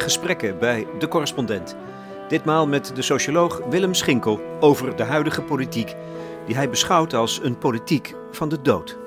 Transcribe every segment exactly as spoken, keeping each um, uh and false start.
gesprekken bij De Correspondent. Ditmaal met de socioloog Willem Schinkel over de huidige politiek, die hij beschouwt als een politiek van de dood.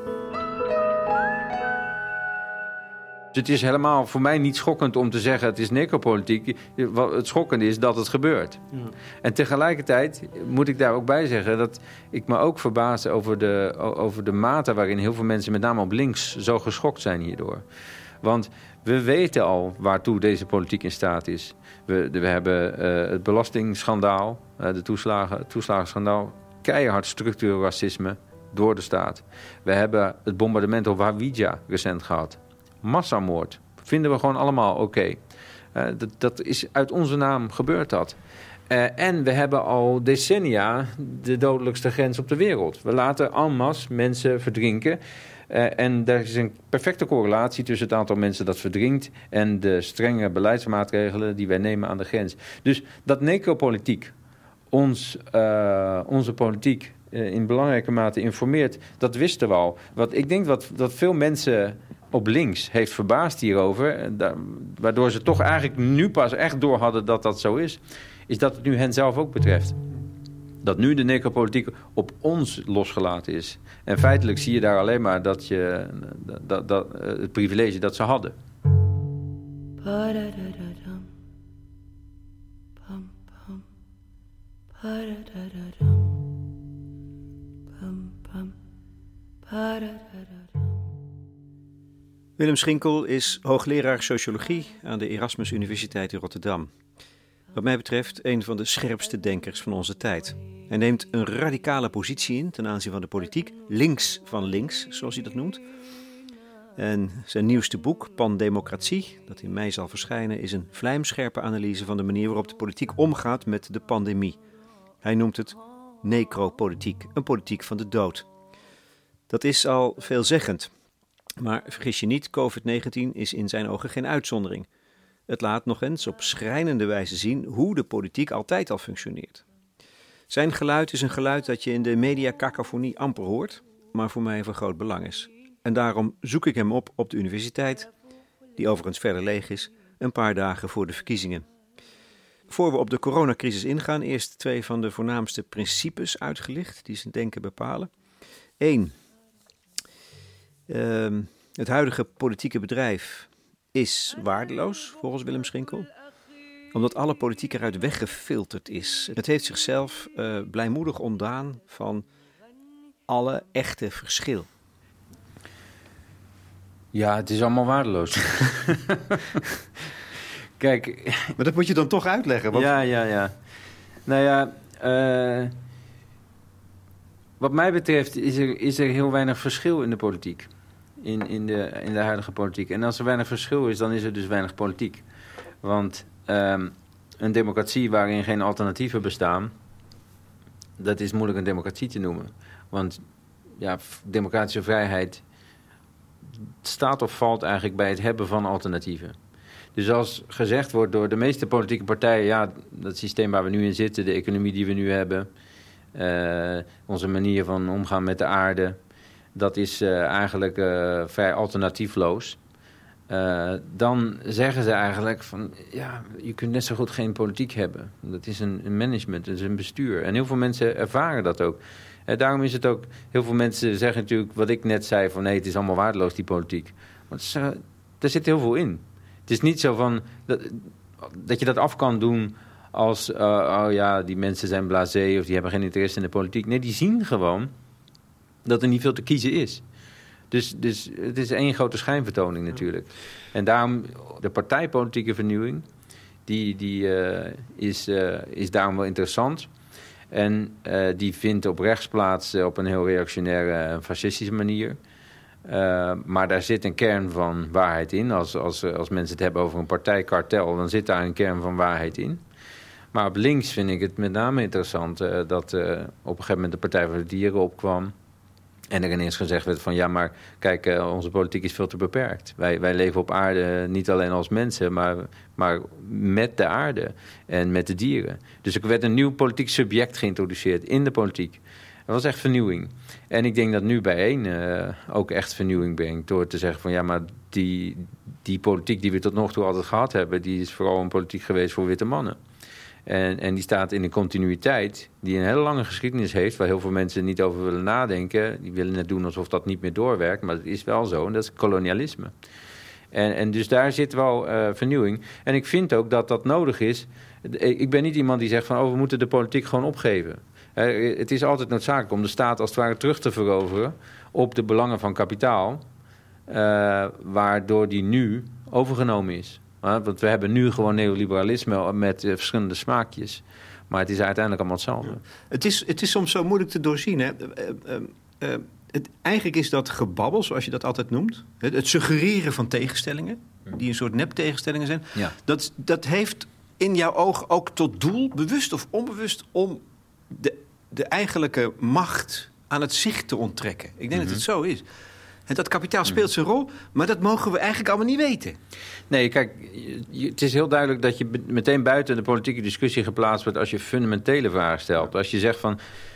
Het is helemaal voor mij niet schokkend om te zeggen het is necropolitiek. Het schokkende is dat het gebeurt. Ja. En tegelijkertijd moet ik daar ook bij zeggen dat ik me ook verbaas over de, over de mate waarin heel veel mensen, met name op links, zo geschokt zijn hierdoor. Want we weten al waartoe deze politiek in staat is. We, we hebben uh, het belastingschandaal, uh, de toeslagen, het toeslagenschandaal, keihard structureel racisme door de staat. We hebben het bombardement op Hawija recent gehad. Massamoord. Vinden we gewoon allemaal oké. Okay. Uh, dat, dat is uit onze naam gebeurd dat. Uh, en we hebben al decennia de dodelijkste grens op de wereld. We laten en masse mensen verdrinken. Uh, en er is een perfecte correlatie tussen het aantal mensen dat verdrinkt en de strenge beleidsmaatregelen die wij nemen aan de grens. Dus dat necropolitiek ons, uh, onze politiek uh, in belangrijke mate informeert, dat wisten we al. Wat ik denk dat, dat veel mensen op links heeft verbaasd hierover, waardoor ze toch eigenlijk nu pas echt door hadden dat dat zo is, is dat het nu hen zelf ook betreft. Dat nu de necropolitiek op ons losgelaten is. En feitelijk zie je daar alleen maar dat je, dat, dat, het privilege dat ze hadden. Willem Schinkel is hoogleraar sociologie aan de Erasmus Universiteit in Rotterdam. Wat mij betreft een van de scherpste denkers van onze tijd. Hij neemt een radicale positie in ten aanzien van de politiek, links van links, zoals hij dat noemt. En zijn nieuwste boek, Pandemocratie, dat in mei zal verschijnen, is een vlijmscherpe analyse van de manier waarop de politiek omgaat met de pandemie. Hij noemt het necropolitiek, een politiek van de dood. Dat is al veelzeggend. Maar vergis je niet, covid negentien is in zijn ogen geen uitzondering. Het laat nog eens op schrijnende wijze zien hoe de politiek altijd al functioneert. Zijn geluid is een geluid dat je in de media-cacophonie amper hoort, maar voor mij van groot belang is. En daarom zoek ik hem op op de universiteit, die overigens verder leeg is, een paar dagen voor de verkiezingen. Voor we op de coronacrisis ingaan, eerst twee van de voornaamste principes uitgelicht die zijn denken bepalen. Eén. Uh, het huidige politieke bedrijf is waardeloos, volgens Willem Schinkel, omdat alle politiek eruit weggefilterd is. Het heeft zichzelf uh, blijmoedig ontdaan van alle echte verschil. Ja, het is allemaal waardeloos. Kijk, maar dat moet je dan toch uitleggen. Want... Ja, ja, ja. Nou ja, uh, wat mij betreft is er, is er heel weinig verschil in de politiek. In, in, de, in de huidige politiek. En als er weinig verschil is, dan is er dus weinig politiek. Want um, een democratie waarin geen alternatieven bestaan, dat is moeilijk een democratie te noemen. Want ja, democratische vrijheid staat of valt eigenlijk bij het hebben van alternatieven. Dus als gezegd wordt door de meeste politieke partijen, ja, dat systeem waar we nu in zitten, de economie die we nu hebben, uh, onze manier van omgaan met de aarde, dat is uh, eigenlijk uh, vrij alternatiefloos. Uh, dan zeggen ze eigenlijk van, ja, je kunt net zo goed geen politiek hebben. Dat is een, een management, dat is een bestuur. En heel veel mensen ervaren dat ook. En daarom is het ook, heel veel mensen zeggen natuurlijk wat ik net zei, van nee, het is allemaal waardeloos die politiek. Want uh, er zit heel veel in. Het is niet zo van, dat, dat je dat af kan doen als, uh, oh ja, die mensen zijn blasé of die hebben geen interesse in de politiek. Nee, die zien gewoon dat er niet veel te kiezen is. Dus, dus het is één grote schijnvertoning natuurlijk. En daarom de partijpolitieke vernieuwing, die, die uh, is, uh, is daarom wel interessant. En uh, die vindt op rechts plaats uh, op een heel reactionaire, uh, fascistische manier. Uh, maar daar zit een kern van waarheid in. Als, als, als mensen het hebben over een partijkartel, dan zit daar een kern van waarheid in. Maar op links vind ik het met name interessant uh, dat uh, op een gegeven moment de Partij voor de Dieren opkwam. En er ineens gezegd werd van ja, maar kijk, uh, onze politiek is veel te beperkt. Wij, wij leven op aarde niet alleen als mensen, maar, maar met de aarde en met de dieren. Dus er werd een nieuw politiek subject geïntroduceerd in de politiek. Dat was echt vernieuwing. En ik denk dat nu bijeen uh, ook echt vernieuwing brengt door te zeggen van ja, maar die, die politiek die we tot nog toe altijd gehad hebben, die is vooral een politiek geweest voor witte mannen. En, en die staat in een continuïteit die een hele lange geschiedenis heeft, waar heel veel mensen niet over willen nadenken. Die willen net doen alsof dat niet meer doorwerkt, maar het is wel zo. En dat is kolonialisme. En, en dus daar zit wel uh, vernieuwing. En ik vind ook dat dat nodig is. Ik ben niet iemand die zegt van, oh, we moeten de politiek gewoon opgeven. Uh, het is altijd noodzakelijk om de staat als het ware terug te veroveren op de belangen van kapitaal, uh, waardoor die nu overgenomen is. Uh, want we hebben nu gewoon neoliberalisme met uh, verschillende smaakjes. Maar het is uiteindelijk allemaal hetzelfde. Ja. Het is, het is soms zo moeilijk te doorzien, hè? Uh, uh, uh, Het, eigenlijk is dat gebabbel, zoals je dat altijd noemt. Het, het suggereren van tegenstellingen, die een soort nep-tegenstellingen zijn. Ja. Dat, dat heeft in jouw oog ook tot doel, bewust of onbewust, om de, de eigenlijke macht aan het zicht te onttrekken. Ik denk mm-hmm. dat het zo is. En dat kapitaal speelt zijn rol, maar dat mogen we eigenlijk allemaal niet weten. Nee, kijk, je, het is heel duidelijk dat je meteen buiten de politieke discussie geplaatst wordt als je fundamentele vragen stelt. Als je zegt van,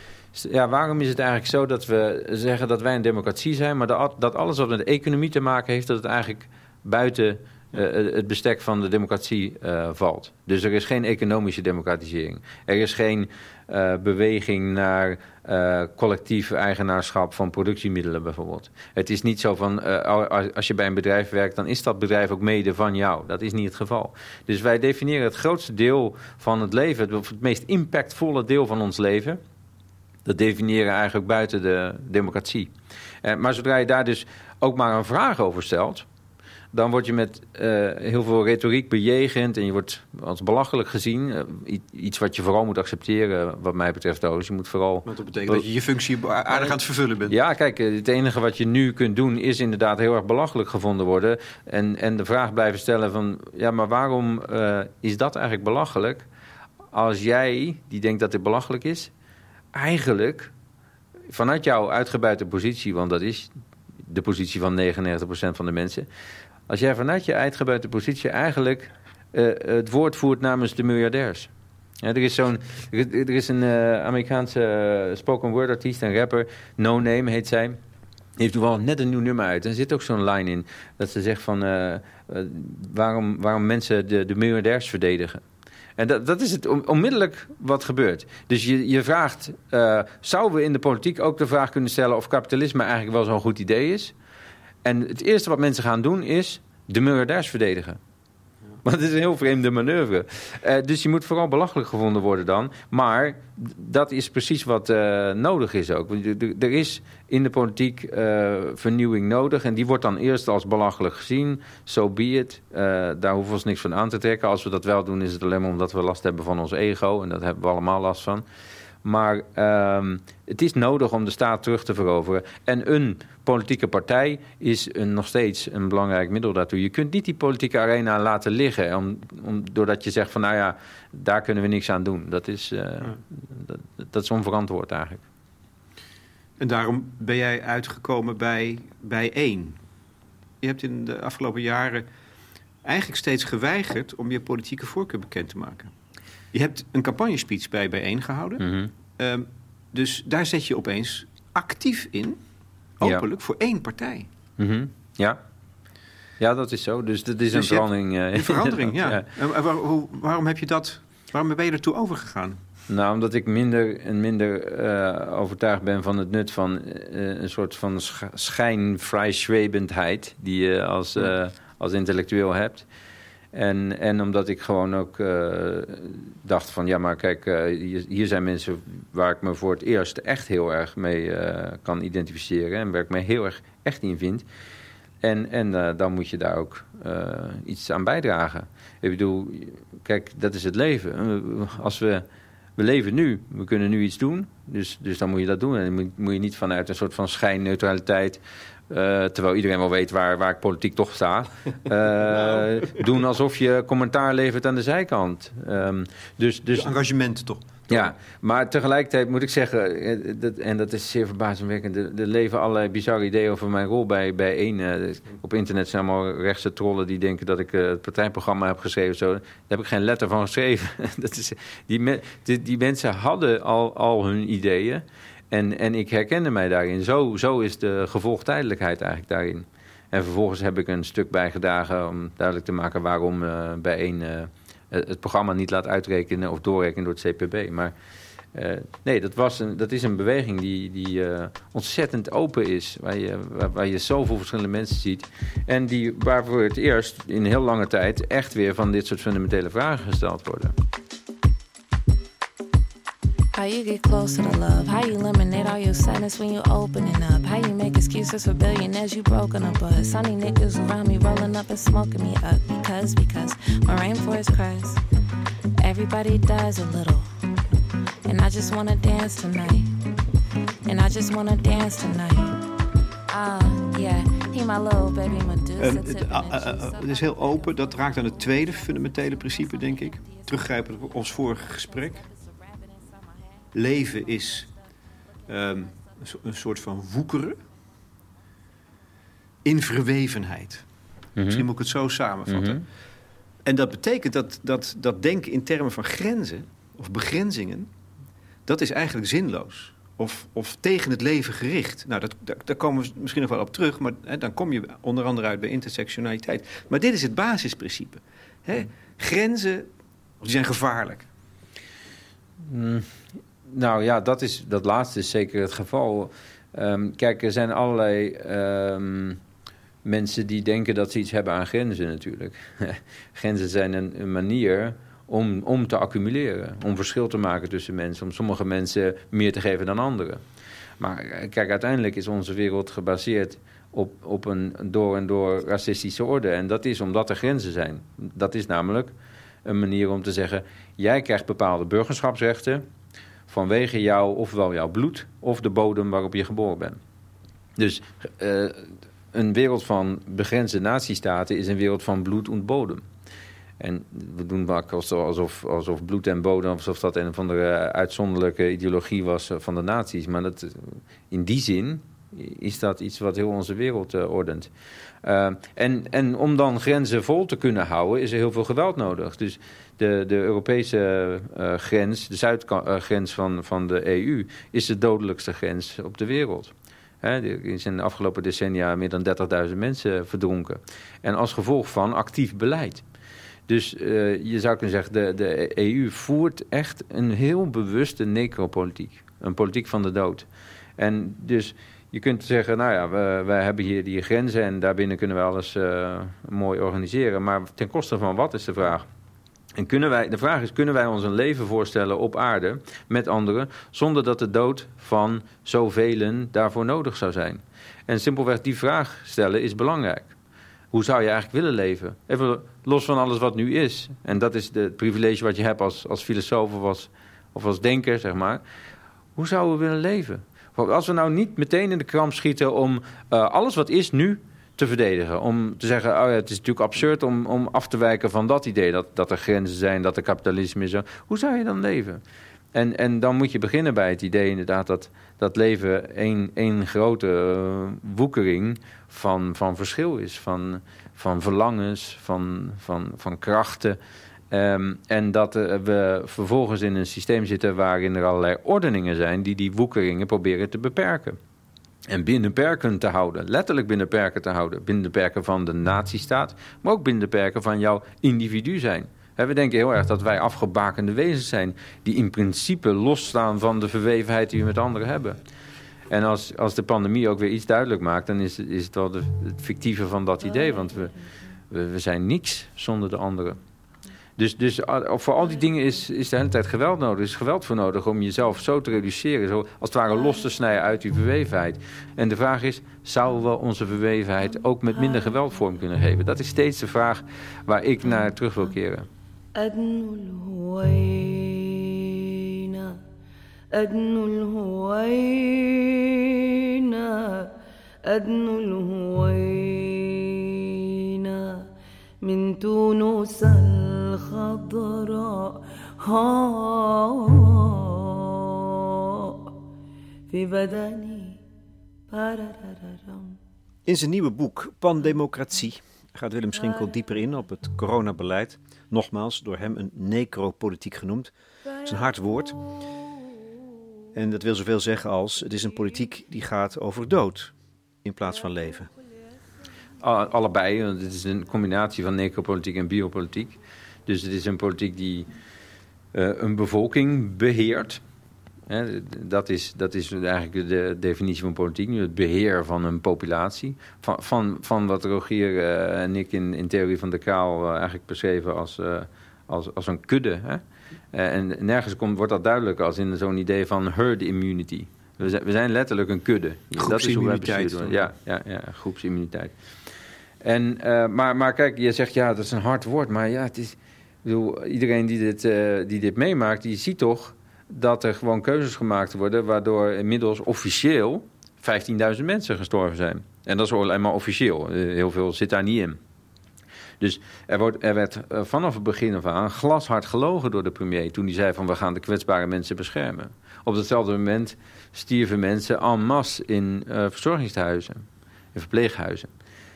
ja, waarom is het eigenlijk zo dat we zeggen dat wij een democratie zijn, maar dat, dat alles wat met de economie te maken heeft, dat het eigenlijk buiten uh, het bestek van de democratie uh, valt. Dus er is geen economische democratisering. Er is geen uh, beweging naar uh, collectief eigenaarschap van productiemiddelen bijvoorbeeld. Het is niet zo van, uh, als je bij een bedrijf werkt, dan is dat bedrijf ook mede van jou. Dat is niet het geval. Dus wij definiëren het grootste deel van het leven, het meest impactvolle deel van ons leven, dat definiëren eigenlijk buiten de democratie. Uh, maar zodra je daar dus ook maar een vraag over stelt, dan word je met uh, heel veel retoriek bejegend en je wordt als belachelijk gezien. Uh, iets wat je vooral moet accepteren, wat mij betreft. Dus je moet vooral. Want dat betekent be- dat je je functie aardig aan het vervullen bent. Ja, kijk, het enige wat je nu kunt doen is inderdaad heel erg belachelijk gevonden worden. En, en de vraag blijven stellen van, ja, maar waarom uh, is dat eigenlijk belachelijk? Als jij, die denkt dat dit belachelijk is, eigenlijk vanuit jouw uitgebuite positie, want dat is de positie van negenennegentig procent van de mensen, als jij vanuit je uitgebuite positie eigenlijk uh, het woord voert namens de miljardairs. Ja, er is zo'n, er, er is een uh, Amerikaanse uh, spoken word artiest, een rapper, No Name heet zij. Die heeft toevallig net een nieuw nummer uit. En er zit ook zo'n line in dat ze zegt van uh, uh, waarom, waarom mensen de, de miljardairs verdedigen. En dat, dat is het onmiddellijk wat gebeurt. Dus je, je vraagt, uh, zouden we in de politiek ook de vraag kunnen stellen of kapitalisme eigenlijk wel zo'n goed idee is? En het eerste wat mensen gaan doen is de miljardairs verdedigen. Want het is een heel vreemde manoeuvre. Uh, dus je moet vooral belachelijk gevonden worden dan. Maar dat is precies wat uh, nodig is ook. Er is in de politiek uh, vernieuwing nodig. En die wordt dan eerst als belachelijk gezien. So be it. Uh, daar hoeven we ons niks van aan te trekken. Als we dat wel doen, is het alleen maar omdat we last hebben van ons ego. En daar hebben we allemaal last van. Maar um, het is nodig om de staat terug te veroveren. En een politieke partij is een, nog steeds een belangrijk middel daartoe. Je kunt niet die politieke arena laten liggen, om, om, doordat je zegt van, nou ja, daar kunnen we niks aan doen. Dat is, uh, ja. dat, dat is onverantwoord eigenlijk. En daarom ben jij uitgekomen bij, bij één. Je hebt in de afgelopen jaren eigenlijk steeds geweigerd om je politieke voorkeur bekend te maken. Je hebt een campagnespeech bij bijeen gehouden. Mm-hmm. Um, dus daar zet je opeens actief in, openlijk, ja. voor één partij. Mm-hmm. Ja. Ja, dat is zo. Dus dat is dus een verandering. Uh, een verandering, ja. ja. En waar, hoe, waarom heb je dat, waarom ben je ertoe overgegaan? Nou, omdat ik minder en minder uh, overtuigd ben van het nut van uh, een soort van sch- schijnvrijschwebendheid die je als, uh, als intellectueel hebt. En, en omdat ik gewoon ook uh, dacht van, ja, maar kijk, uh, hier, hier zijn mensen waar ik me voor het eerst echt heel erg mee uh, kan identificeren en waar ik me heel erg echt in vind. En, en uh, dan moet je daar ook uh, iets aan bijdragen. Ik bedoel, kijk, dat is het leven. Als we, we leven nu, we kunnen nu iets doen, dus, dus dan moet je dat doen. En dan moet, moet je niet vanuit een soort van schijnneutraliteit, Uh, terwijl iedereen wel weet waar, waar ik politiek toch sta. Uh, nou. Doen alsof je commentaar levert aan de zijkant. Um, dus, dus, engagement toch? Ja, maar tegelijkertijd moet ik zeggen, dat, en dat is zeer verbazingwekkend, er, er leven allerlei bizarre ideeën over mijn rol bij, bij één. Uh, op internet zijn allemaal rechtse trollen die denken dat ik uh, het partijprogramma heb geschreven. Zo. Daar heb ik geen letter van geschreven. dat is, die, me, die, die mensen hadden al, al hun ideeën. En, en ik herkende mij daarin. Zo, zo is de gevolgtijdelijkheid eigenlijk daarin. En vervolgens heb ik een stuk bijgedragen om duidelijk te maken waarom uh, bijeen uh, het programma niet laat uitrekenen of doorrekenen door het C P B. Maar uh, nee, dat, was een, dat is een beweging die, die uh, ontzettend open is. Waar je, waar, waar je zoveel verschillende mensen ziet. En die, waarvoor het eerst in heel lange tijd echt weer van dit soort fundamentele vragen gesteld worden. How you get closer to love, how you eliminate all your sadness when you opening up, how you make excuses for billionaires you broken up us. Sunny niggas around me rolling up and smoking me up because, because my rainforest cries, everybody dies a little, and I just wanna dance tonight, and I just wanna dance tonight. Ah, uh, yeah, he my little baby Medusa. Um, het, uh, uh, uh, het is heel open, dat raakt aan het tweede fundamentele principe, denk ik. Teruggrijpend op ons vorige gesprek. Leven is um, een soort van woekeren in verwevenheid. Mm-hmm. Misschien moet ik het zo samenvatten. Mm-hmm. En dat betekent dat, dat, dat denken in termen van grenzen of begrenzingen, dat is eigenlijk zinloos. Of, of tegen het leven gericht. Nou, dat, daar, daar komen we misschien nog wel op terug, maar hè, dan kom je onder andere uit bij intersectionaliteit. Maar dit is het basisprincipe. Hè? Grenzen, die zijn gevaarlijk. Mm. Nou ja, dat, is, dat laatste is zeker het geval. Um, kijk, er zijn allerlei um, mensen die denken dat ze iets hebben aan grenzen natuurlijk. Grenzen zijn een, een manier om, om te accumuleren. Om verschil te maken tussen mensen. Om sommige mensen meer te geven dan anderen. Maar kijk, uiteindelijk is onze wereld gebaseerd op, op een door en door racistische orde. En dat is omdat er grenzen zijn. Dat is namelijk een manier om te zeggen, jij krijgt bepaalde burgerschapsrechten vanwege jou, ofwel jouw bloed, of de bodem waarop je geboren bent. Dus uh, een wereld van begrensde natiestaten is een wereld van bloed en bodem. En we doen vaak alsof, alsof bloed en bodem, alsof dat een van de uitzonderlijke ideologie was van de naties. Maar dat, in die zin is dat iets wat heel onze wereld uh, ordent. Uh, en, en om dan grenzen vol te kunnen houden, is er heel veel geweld nodig. Dus de, de Europese uh, grens, de zuidgrens van, van de E U, is de dodelijkste grens op de wereld. He, er is in de afgelopen decennia meer dan dertigduizend mensen verdronken. En als gevolg van actief beleid. Dus uh, je zou kunnen zeggen, de, de E U voert echt een heel bewuste necropolitiek. Een politiek van de dood. En dus je kunt zeggen, nou ja, we, we hebben hier die grenzen en daarbinnen kunnen we alles uh, mooi organiseren. Maar ten koste van wat is de vraag? En kunnen wij, de vraag is, kunnen wij ons een leven voorstellen op aarde met anderen, zonder dat de dood van zoveel daarvoor nodig zou zijn? En simpelweg die vraag stellen is belangrijk. Hoe zou je eigenlijk willen leven? Even los van alles wat nu is. En dat is het privilege wat je hebt als, als filosoof of als, of als denker, zeg maar. Hoe zouden we willen leven? Als we nou niet meteen in de kramp schieten om uh, alles wat is nu te verdedigen. Om te zeggen, oh ja, het is natuurlijk absurd om, om af te wijken van dat idee. Dat, dat er grenzen zijn, dat er kapitalisme is. Hoe zou je dan leven? En, en dan moet je beginnen bij het idee inderdaad dat, dat leven één, één grote uh, woekering van, van verschil is. Van, van verlangens, van, van, van krachten. Um, en dat uh, we vervolgens in een systeem zitten waarin er allerlei ordeningen zijn die die woekeringen proberen te beperken. En binnen perken te houden, letterlijk binnen perken te houden. Binnen de perken van de natiestaat, maar ook binnen de perken van jouw individu zijn. He, we denken heel erg dat wij afgebakende wezens zijn die in principe losstaan van de verwevenheid die we met anderen hebben. En als, als de pandemie ook weer iets duidelijk maakt, dan is, is het wel de, het fictieve van dat idee. Want we, we, we zijn niks zonder de anderen. Dus, dus voor al die dingen is, is de hele tijd geweld nodig. Er is geweld voor nodig om jezelf zo te reduceren. Zo als het ware los te snijden uit die verwevenheid. En de vraag is, zouden we onze verwevenheid ook met minder geweld vorm kunnen geven? Dat is steeds de vraag waar ik naar terug wil keren. من تونس الخضراء في بدني. In zijn nieuwe boek Pandemocratie gaat Willem Schinkel dieper in op het coronabeleid. Nogmaals, door hem een necropolitiek genoemd. Dat is een hard woord. En dat wil zoveel zeggen als, het is een politiek die gaat over dood in plaats van leven. allebei, want het is een combinatie van necropolitiek en biopolitiek. Dus het is een politiek die uh, een bevolking beheert. Hè, dat, is, dat is eigenlijk de definitie van politiek nu, het beheer van een populatie. Van, van, van wat Rogier uh, en ik in, in Theorie van de Kaal uh, eigenlijk beschreven als, uh, als, als een kudde. Hè? Uh, en nergens komt, wordt dat duidelijk als in zo'n idee van herd immunity. We zijn, we zijn letterlijk een kudde. Dat is hoe wij bestuurd worden. Ja, ja, ja, groepsimmuniteit. En, uh, maar, maar kijk, je zegt ja, dat is een hard woord. Maar ja, het is, ik bedoel, iedereen die dit, uh, die dit meemaakt, die ziet toch dat er gewoon keuzes gemaakt worden, waardoor inmiddels officieel vijftienduizend mensen gestorven zijn. En dat is alleen maar officieel. Heel veel zit daar niet in. Dus er, wordt, er werd uh, vanaf het begin af aan glashard gelogen door de premier toen hij zei van we gaan de kwetsbare mensen beschermen. Op hetzelfde moment stierven mensen en masse in uh, verzorgingshuizen, in verpleeghuizen.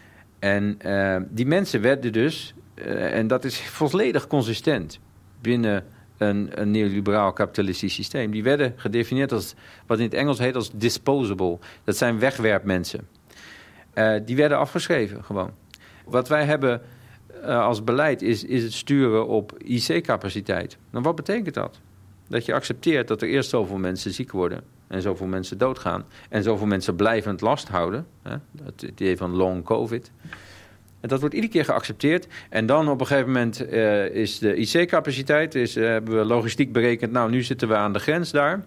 En uh, die mensen werden dus, uh, en dat is volledig consistent binnen een, een neoliberaal kapitalistisch systeem, die werden gedefinieerd als wat in het Engels heet als disposable. Dat zijn wegwerpmensen. Uh, die werden afgeschreven gewoon. Wat wij hebben uh, als beleid is, is het sturen op I C-capaciteit. Nou, wat betekent dat? Dat je accepteert dat er eerst zoveel mensen ziek worden en zoveel mensen doodgaan en zoveel mensen blijvend last houden. Hè? Het idee van long covid. En dat wordt iedere keer geaccepteerd. En dan op een gegeven moment uh, is de I C-capaciteit, is, uh, hebben we logistiek berekend, nou nu zitten we aan de grens daar.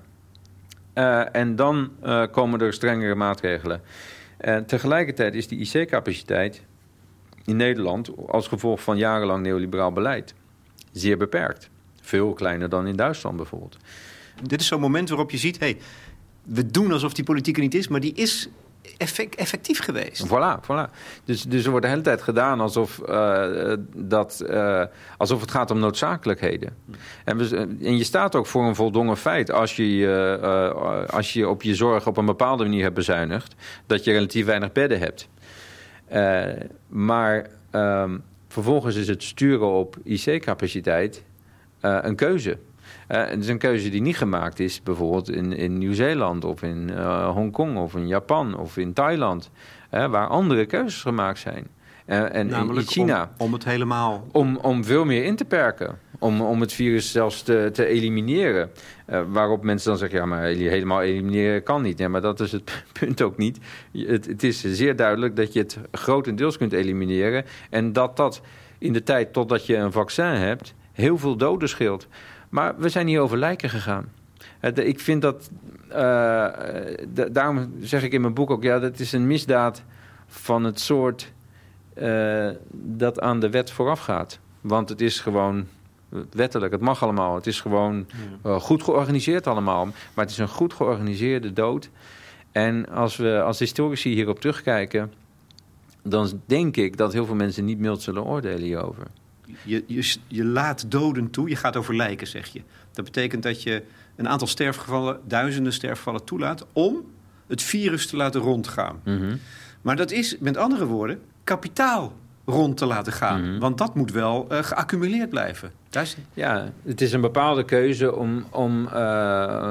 Uh, en dan uh, komen er strengere maatregelen. En tegelijkertijd is die I C-capaciteit in Nederland als gevolg van jarenlang neoliberaal beleid zeer beperkt. Veel kleiner dan in Duitsland bijvoorbeeld. Dit is zo'n moment waarop je ziet, hey, we doen alsof die politiek er niet is, maar die is effect, effectief geweest. Voilà, voilà. Dus, dus er wordt de hele tijd gedaan alsof, uh, dat, uh, alsof het gaat om noodzakelijkheden. En, we, en je staat ook voor een voldongen feit als je, uh, uh, als je op je zorg op een bepaalde manier hebt bezuinigd, dat je relatief weinig bedden hebt. Uh, maar um, vervolgens is het sturen op I C-capaciteit uh, een keuze. Uh, het is een keuze die niet gemaakt is bijvoorbeeld in, in Nieuw-Zeeland of in uh, Hongkong of in Japan of in Thailand, uh, waar andere keuzes gemaakt zijn. Uh, en Namelijk in China. Om, om het helemaal... Om, om veel meer in te perken. Om, om het virus zelfs te, te elimineren. Uh, waarop mensen dan zeggen, ja, maar helemaal elimineren kan niet. Ja, maar dat is het punt ook niet. Het, het is zeer duidelijk dat je het grotendeels kunt elimineren. En dat dat in de tijd totdat je een vaccin hebt heel veel doden scheelt. Maar we zijn niet over lijken gegaan. Uh, ik vind dat... Uh, d- daarom zeg ik in mijn boek ook, ja, dat is een misdaad van het soort Uh, dat aan de wet vooraf gaat. Want het is gewoon wettelijk, het mag allemaal. Het is gewoon uh, goed georganiseerd allemaal. Maar het is een goed georganiseerde dood. En als we als historici hierop terugkijken, dan denk ik dat heel veel mensen niet mild zullen oordelen hierover. Je, je, je laat doden toe, je gaat over lijken, zeg je. Dat betekent dat je een aantal sterfgevallen, duizenden sterfgevallen toelaat om het virus te laten rondgaan. Mm-hmm. Maar dat is, met andere woorden, kapitaal rond te laten gaan. Mm-hmm. Want dat moet wel uh, geaccumuleerd blijven. Is... Ja, het is een bepaalde keuze om, om uh,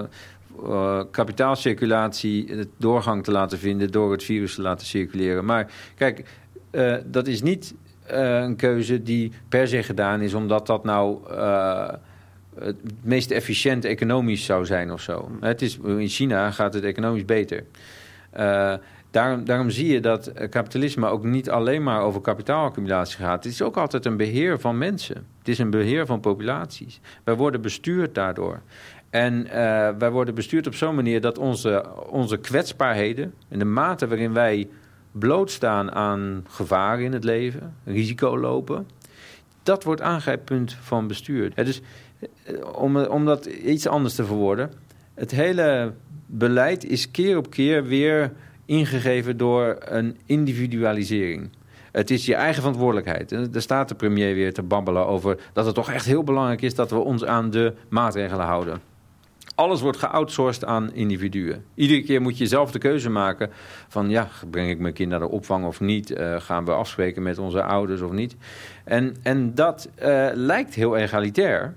uh, kapitaalcirculatie het doorgang te laten vinden door het virus te laten circuleren. Maar kijk, uh, dat is niet uh, een keuze die per se gedaan is omdat dat nou Uh, het meest efficiënt economisch zou zijn of zo. Mm. Het is, in China gaat het economisch beter. Uh, Daarom, daarom zie je dat kapitalisme ook niet alleen maar over kapitaalaccumulatie gaat. Het is ook altijd een beheer van mensen. Het is een beheer van populaties. Wij worden bestuurd daardoor. En uh, wij worden bestuurd op zo'n manier dat onze, onze kwetsbaarheden en de mate waarin wij blootstaan aan gevaren in het leven, risico lopen, dat wordt aangrijppunt van bestuur. Ja, dus om, om dat iets anders te verwoorden, het hele beleid is keer op keer weer ingegeven door een individualisering. Het is je eigen verantwoordelijkheid. En daar staat de premier weer te babbelen over dat het toch echt heel belangrijk is dat we ons aan de maatregelen houden. Alles wordt geoutsourced aan individuen. Iedere keer moet je zelf de keuze maken van, ja, breng ik mijn kind naar de opvang of niet? Uh, gaan we afspreken met onze ouders of niet? En, en dat uh, lijkt heel egalitair.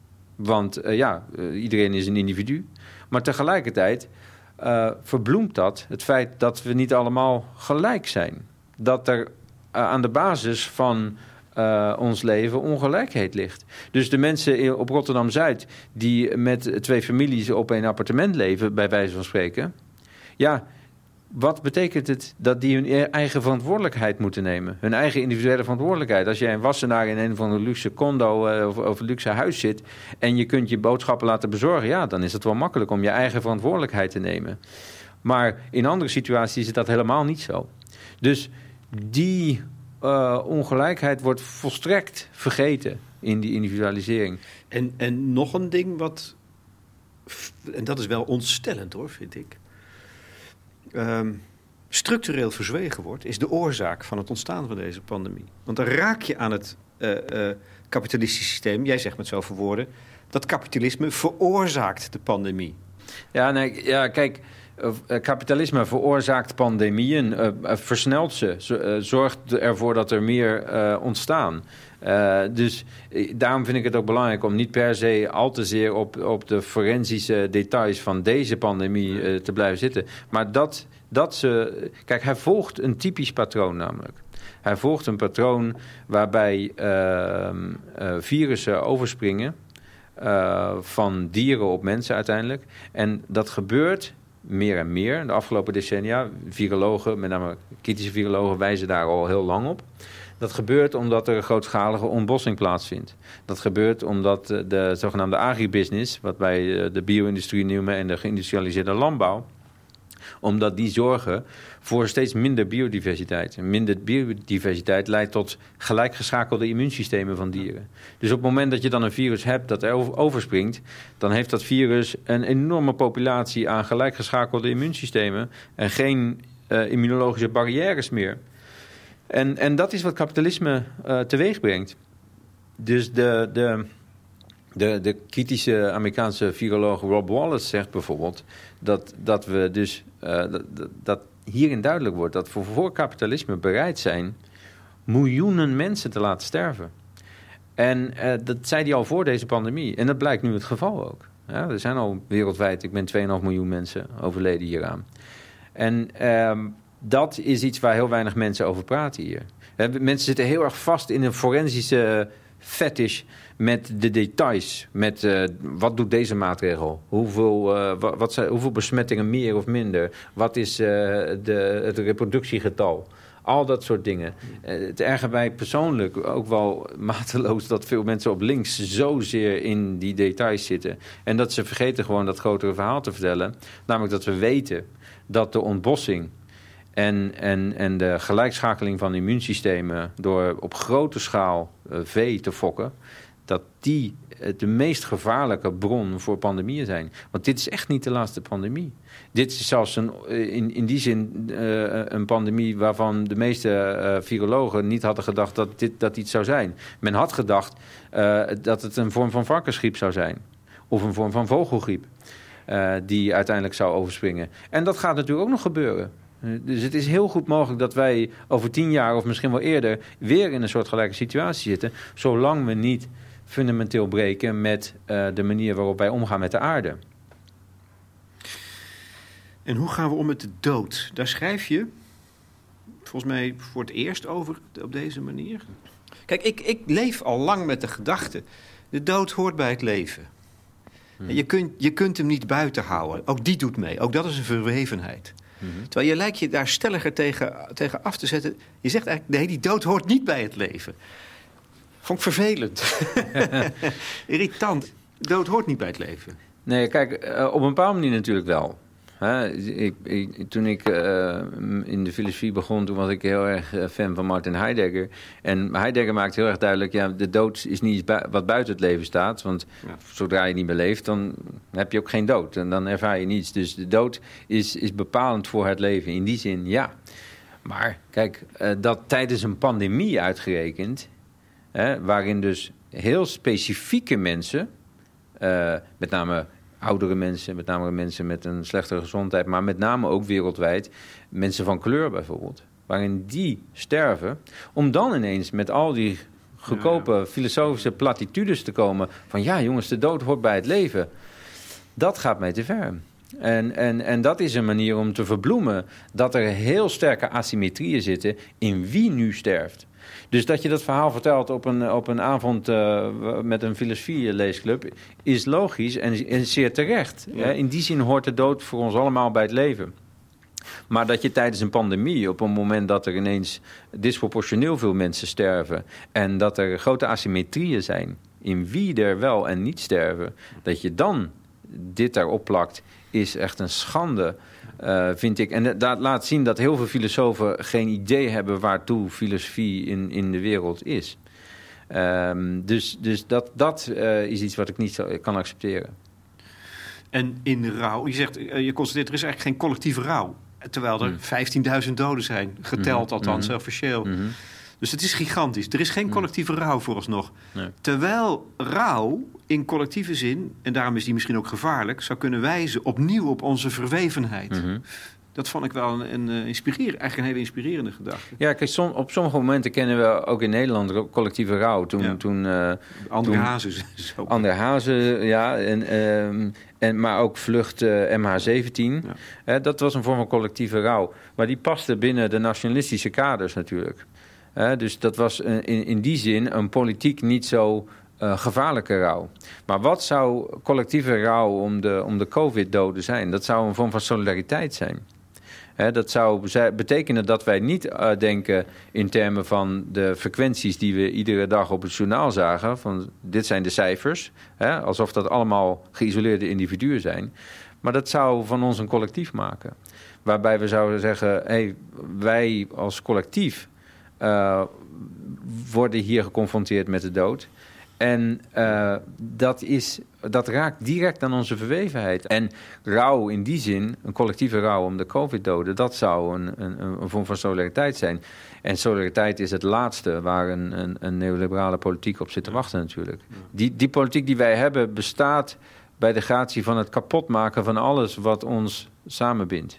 Want uh, ja, uh, iedereen is een individu. Maar tegelijkertijd Uh, verbloemt dat het feit dat we niet allemaal gelijk zijn. Dat er aan de basis van uh, ons leven ongelijkheid ligt. Dus de mensen op Rotterdam-Zuid die met twee families op een appartement leven, bij wijze van spreken, ja, wat betekent het dat die hun eigen verantwoordelijkheid moeten nemen? Hun eigen individuele verantwoordelijkheid. Als jij een wassenaar in een van een luxe condo uh, of, of een luxe huis zit en je kunt je boodschappen laten bezorgen, ja, dan is het wel makkelijk om je eigen verantwoordelijkheid te nemen. Maar in andere situaties is dat helemaal niet zo. Dus die uh, ongelijkheid wordt volstrekt vergeten in die individualisering. En, en nog een ding wat, en dat is wel ontstellend hoor, vind ik, Um, structureel verzwegen wordt, is de oorzaak van het ontstaan van deze pandemie. Want dan raak je aan het uh, uh, kapitalistische systeem. Jij zegt met zoveel woorden, dat kapitalisme veroorzaakt de pandemie. Ja, nee, ja kijk, uh, kapitalisme veroorzaakt pandemieën, uh, uh, versnelt ze, uh, zorgt ervoor dat er meer uh, ontstaan. Uh, dus uh, daarom vind ik het ook belangrijk om niet per se al te zeer op, op de forensische details van deze pandemie uh, te blijven zitten. Maar dat, dat ze... Kijk, hij volgt een typisch patroon namelijk. Hij volgt een patroon waarbij uh, uh, virussen overspringen uh, van dieren op mensen uiteindelijk. En dat gebeurt meer en meer de afgelopen decennia. Virologen, met name kritische virologen, wijzen daar al heel lang op. Dat gebeurt omdat er een grootschalige ontbossing plaatsvindt. Dat gebeurt omdat de zogenaamde agribusiness, wat wij de bio-industrie noemen en de geïndustrialiseerde landbouw, omdat die zorgen voor steeds minder biodiversiteit. En minder biodiversiteit leidt tot gelijkgeschakelde immuunsystemen van dieren. Dus op het moment dat je dan een virus hebt dat er overspringt, dan heeft dat virus een enorme populatie aan gelijkgeschakelde immuunsystemen en geen uh, immunologische barrières meer. En, en dat is wat kapitalisme uh, teweeg brengt. Dus de, de, de, de kritische Amerikaanse viroloog Rob Wallace zegt bijvoorbeeld dat, dat we dus uh, dat, dat hierin duidelijk wordt dat we voor kapitalisme bereid zijn miljoenen mensen te laten sterven. En uh, dat zei hij al voor deze pandemie. En dat blijkt nu het geval ook. Ja, er zijn al wereldwijd, ik ben twee komma vijf miljoen mensen overleden hieraan. En Uh, dat is iets waar heel weinig mensen over praten hier. Mensen zitten heel erg vast in een forensische fetish met de details. Met uh, wat doet deze maatregel? Hoeveel, uh, wat, wat zijn, hoeveel besmettingen meer of minder? Wat is uh, de, het reproductiegetal? Al dat soort dingen. Uh, het ergert mij persoonlijk ook wel mateloos dat veel mensen op links zozeer in die details zitten. En dat ze vergeten gewoon dat grotere verhaal te vertellen. Namelijk dat we weten dat de ontbossing En, en, en de gelijkschakeling van immuunsystemen door op grote schaal uh, vee te fokken, dat die uh, de meest gevaarlijke bron voor pandemieën zijn. Want dit is echt niet de laatste pandemie. Dit is zelfs een, in, in die zin uh, een pandemie waarvan de meeste uh, virologen niet hadden gedacht dat dit dat iets zou zijn. Men had gedacht uh, dat het een vorm van varkensgriep zou zijn. Of een vorm van vogelgriep. Uh, die uiteindelijk zou overspringen. En dat gaat natuurlijk ook nog gebeuren. Dus het is heel goed mogelijk dat wij over tien jaar of misschien wel eerder weer in een soortgelijke situatie zitten, zolang we niet fundamenteel breken met uh, de manier waarop wij omgaan met de aarde. En hoe gaan we om met de dood? Daar schrijf je volgens mij voor het eerst over op deze manier. Kijk, ik, ik leef al lang met de gedachte, de dood hoort bij het leven. Hmm. En je kunt, je kunt hem niet buiten houden. Ook die doet mee. Ook dat is een verwevenheid. Mm-hmm. Terwijl je lijkt je daar stelliger tegen, tegen af te zetten. Je zegt eigenlijk, nee, die dood hoort niet bij het leven. Vond ik vervelend. Irritant. Dood hoort niet bij het leven. Nee, kijk, uh, op een bepaalde manier natuurlijk wel. Hè, ik, ik, toen ik uh, in de filosofie begon, toen was ik heel erg fan van Martin Heidegger. En Heidegger maakt heel erg duidelijk, ja, de dood is niet iets bu- wat buiten het leven staat. Want ja, zodra je niet meer leeft, dan heb je ook geen dood. En dan ervaar je niets. Dus de dood is, is bepalend voor het leven. In die zin, ja. Maar kijk, uh, dat tijdens een pandemie uitgerekend, hè, waarin dus heel specifieke mensen, uh, met name oudere mensen, met name mensen met een slechtere gezondheid, maar met name ook wereldwijd mensen van kleur bijvoorbeeld, waarin die sterven, om dan ineens met al die goedkope ja, ja. filosofische platitudes te komen van ja jongens, de dood hoort bij het leven. Dat gaat mij te ver. En, en, en dat is een manier om te verbloemen dat er heel sterke asymmetrieën zitten in wie nu sterft. Dus dat je dat verhaal vertelt op een, op een avond uh, met een filosofie-leesclub is logisch en, en zeer terecht. Ja. In die zin hoort de dood voor ons allemaal bij het leven. Maar dat je tijdens een pandemie, op een moment dat er ineens disproportioneel veel mensen sterven en dat er grote asymmetrieën zijn in wie er wel en niet sterven, dat je dan dit daarop plakt, is echt een schande, uh, vind ik. En dat laat zien dat heel veel filosofen geen idee hebben waartoe filosofie in, in de wereld is. Um, dus dus dat, dat uh, is iets wat ik niet zo, kan accepteren. En in rouw, je zegt, je constateert, er is eigenlijk geen collectieve rouw. Terwijl er mm. vijftienduizend doden zijn, geteld mm. althans, mm. officieel. Mm-hmm. Dus het is gigantisch. Er is geen collectieve mm. rouw vooralsnog. Nee. Terwijl rouw in collectieve zin, en daarom is die misschien ook gevaarlijk, zou kunnen wijzen opnieuw op onze verwevenheid. Mm-hmm. Dat vond ik wel een, een, een inspirerende, eigenlijk een hele inspirerende gedachte. Ja, kijk, som, op sommige momenten kennen we ook in Nederland collectieve rouw. Toen, ja. toen, uh, André Hazen. André Hazen, ja. En, um, en, maar ook vlucht uh, M H zeventien. Ja. Uh, dat was een vorm van collectieve rouw. Maar die paste binnen de nationalistische kaders natuurlijk. Uh, dus dat was uh, in, in die zin een politiek niet zo uh, gevaarlijke rouw. Maar wat zou collectieve rouw om de, om de COVID-doden zijn? Dat zou een vorm van solidariteit zijn. He, dat zou betekenen dat wij niet uh, denken in termen van de frequenties die we iedere dag op het journaal zagen. Van dit zijn de cijfers, he, alsof dat allemaal geïsoleerde individuen zijn. Maar dat zou van ons een collectief maken. Waarbij we zouden zeggen, hey, wij als collectief uh, worden hier geconfronteerd met de dood. En uh, dat, is, dat raakt direct aan onze verwevenheid. En rouw in die zin, een collectieve rouw om de COVID-doden, dat zou een, een, een vorm van solidariteit zijn. En solidariteit is het laatste waar een, een, een neoliberale politiek op zit te wachten natuurlijk. Die, die politiek die wij hebben bestaat bij de gratie van het kapotmaken van alles wat ons samenbindt.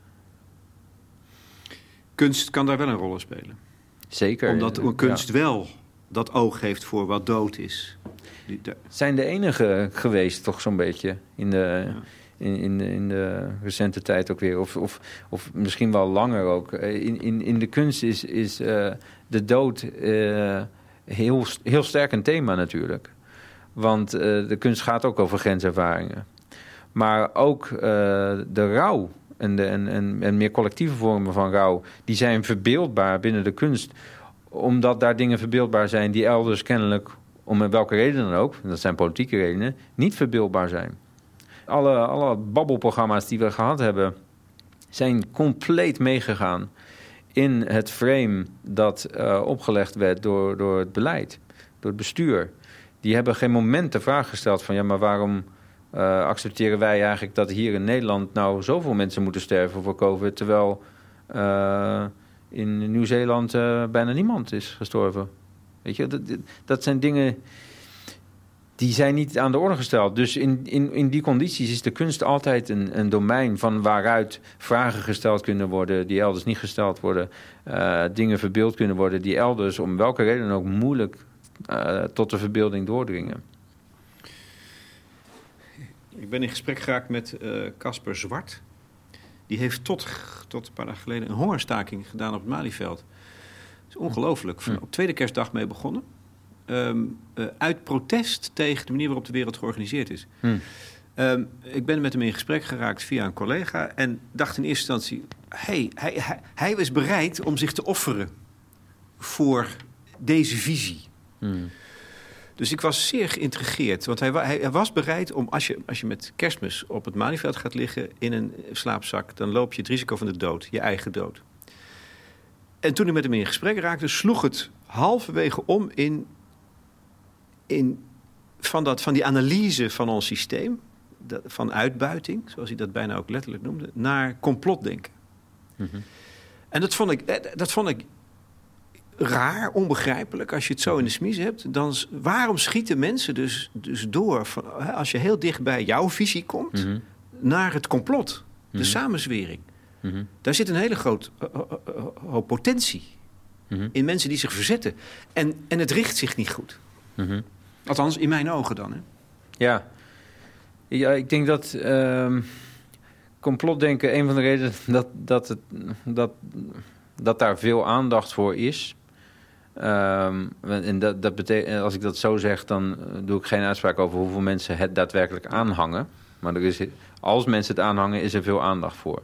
Kunst kan daar wel een rol in spelen. Zeker. Omdat kunst ja. wel dat oog heeft voor wat dood is. Die, de... Zijn de enige geweest, toch zo'n beetje, in de, ja. in, in, de, in de recente tijd ook weer. Of, of, of misschien wel langer ook. In, in, in de kunst is, is uh, de dood uh, heel, heel sterk een thema natuurlijk. Want uh, de kunst gaat ook over grenservaringen. Maar ook uh, de rouw en, de, en, en, en meer collectieve vormen van rouw, die zijn verbeeldbaar binnen de kunst, omdat daar dingen verbeeldbaar zijn die elders kennelijk, om welke reden dan ook, dat zijn politieke redenen, niet verbeeldbaar zijn. Alle, alle babbelprogramma's die we gehad hebben, zijn compleet meegegaan in het frame dat uh, opgelegd werd door, door het beleid, door het bestuur. Die hebben geen moment de vraag gesteld van, ja, maar waarom uh, accepteren wij eigenlijk dat hier in Nederland nou zoveel mensen moeten sterven voor COVID, terwijl Uh, in Nieuw-Zeeland uh, bijna niemand is gestorven. Weet je, dat, dat zijn dingen die zijn niet aan de orde gesteld. Dus in, in, in die condities is de kunst altijd een, een domein van waaruit vragen gesteld kunnen worden die elders niet gesteld worden. Uh, dingen verbeeld kunnen worden die elders om welke reden dan ook moeilijk uh, tot de verbeelding doordringen. Ik ben in gesprek geraakt met Casper uh, Zwart. Die heeft tot, tot een paar dagen geleden een hongerstaking gedaan op het Malieveld. Dat is ongelooflijk. Van, op tweede kerstdag mee begonnen. Um, uh, uit protest tegen de manier waarop de wereld georganiseerd is. Hmm. Um, ik ben met hem in gesprek geraakt via een collega en dacht in eerste instantie, hey, hij, hij, hij was bereid om zich te offeren voor deze visie. Hmm. Dus ik was zeer geïntrigeerd. Want hij, hij, hij was bereid om, als je, als je met Kerstmis op het Malieveld gaat liggen in een slaapzak, dan loop je het risico van de dood, je eigen dood. En toen ik met hem in gesprek raakte, sloeg het halverwege om in, in van, dat, van die analyse van ons systeem, dat, van uitbuiting, zoals hij dat bijna ook letterlijk noemde, naar complotdenken. Mm-hmm. En dat vond ik, dat vond ik raar, onbegrijpelijk. Als je het zo in de smies hebt, dan waarom schieten mensen dus, dus door, van, als je heel dicht bij jouw visie komt, mm-hmm. naar het complot, de mm-hmm. samenzwering. Mm-hmm. Daar zit een hele grote uh, uh, uh, potentie mm-hmm. in mensen die zich verzetten. En, en het richt zich niet goed. Mm-hmm. Althans, in mijn ogen dan. Hè? Ja. ja, ik denk dat Uh... complotdenken, een van de redenen dat, dat, het, dat, dat daar veel aandacht voor is. Um, en dat, dat betekent, als ik dat zo zeg, dan doe ik geen uitspraak over hoeveel mensen het daadwerkelijk aanhangen. Maar er is, als mensen het aanhangen, is er veel aandacht voor.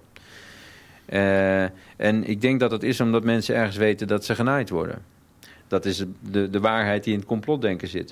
Uh, en ik denk dat het is omdat mensen ergens weten dat ze genaaid worden. Dat is de, de waarheid die in het complotdenken zit.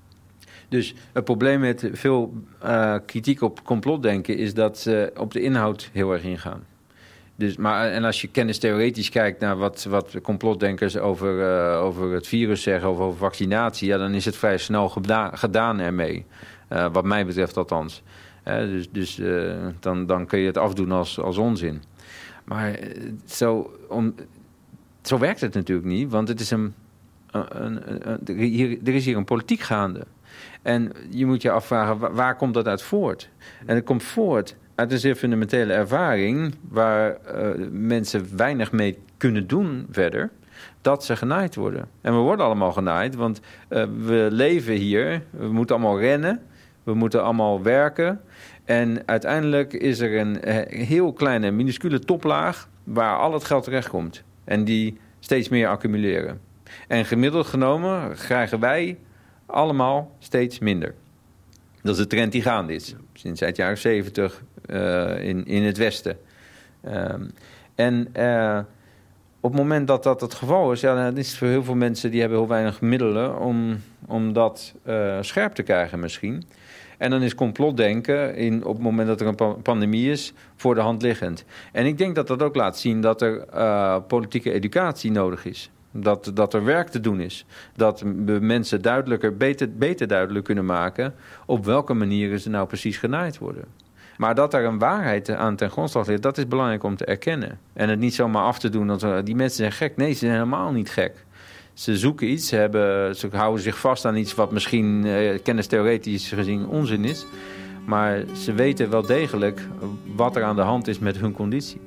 Dus het probleem met veel uh, kritiek op complotdenken is dat ze op de inhoud heel erg ingaan. Dus, maar, en als je kennistheoretisch kijkt naar wat, wat complotdenkers over, uh, over het virus zeggen, of over vaccinatie, ja, dan is het vrij snel geda- gedaan ermee. Uh, wat mij betreft althans. Uh, dus dus uh, dan, dan kun je het afdoen als, als onzin. Maar uh, zo, om, zo werkt het natuurlijk niet, want het is een, een, een, een, hier, er is hier een politiek gaande. En je moet je afvragen, waar, waar komt dat uit voort? En het komt voort uit een zeer fundamentele ervaring waar uh, mensen weinig mee kunnen doen verder, dat ze genaaid worden. En we worden allemaal genaaid, want uh, we leven hier, we moeten allemaal rennen, we moeten allemaal werken. En uiteindelijk is er een uh, heel kleine, minuscule toplaag waar al het geld terechtkomt. En die steeds meer accumuleren. En gemiddeld genomen krijgen wij allemaal steeds minder. Dat is de trend die gaande is. Sinds het jaren zeventig uh, in, in het Westen. Um, en uh, op het moment dat dat het geval is, ja, dan is het voor heel veel mensen die hebben heel weinig middelen om, om dat uh, scherp te krijgen misschien. En dan is complotdenken in, op het moment dat er een pa- pandemie is, voor de hand liggend. En ik denk dat dat ook laat zien dat er uh, politieke educatie nodig is. Dat, dat er werk te doen is. Dat we mensen duidelijker, beter, beter duidelijk kunnen maken op welke manieren ze nou precies genaaid worden. Maar dat daar een waarheid aan ten grondslag ligt, dat is belangrijk om te erkennen. En het niet zomaar af te doen, dat die mensen zijn gek. Nee, ze zijn helemaal niet gek. Ze zoeken iets, ze, hebben, ze houden zich vast aan iets wat misschien eh, kennistheoretisch gezien onzin is. Maar ze weten wel degelijk wat er aan de hand is met hun conditie.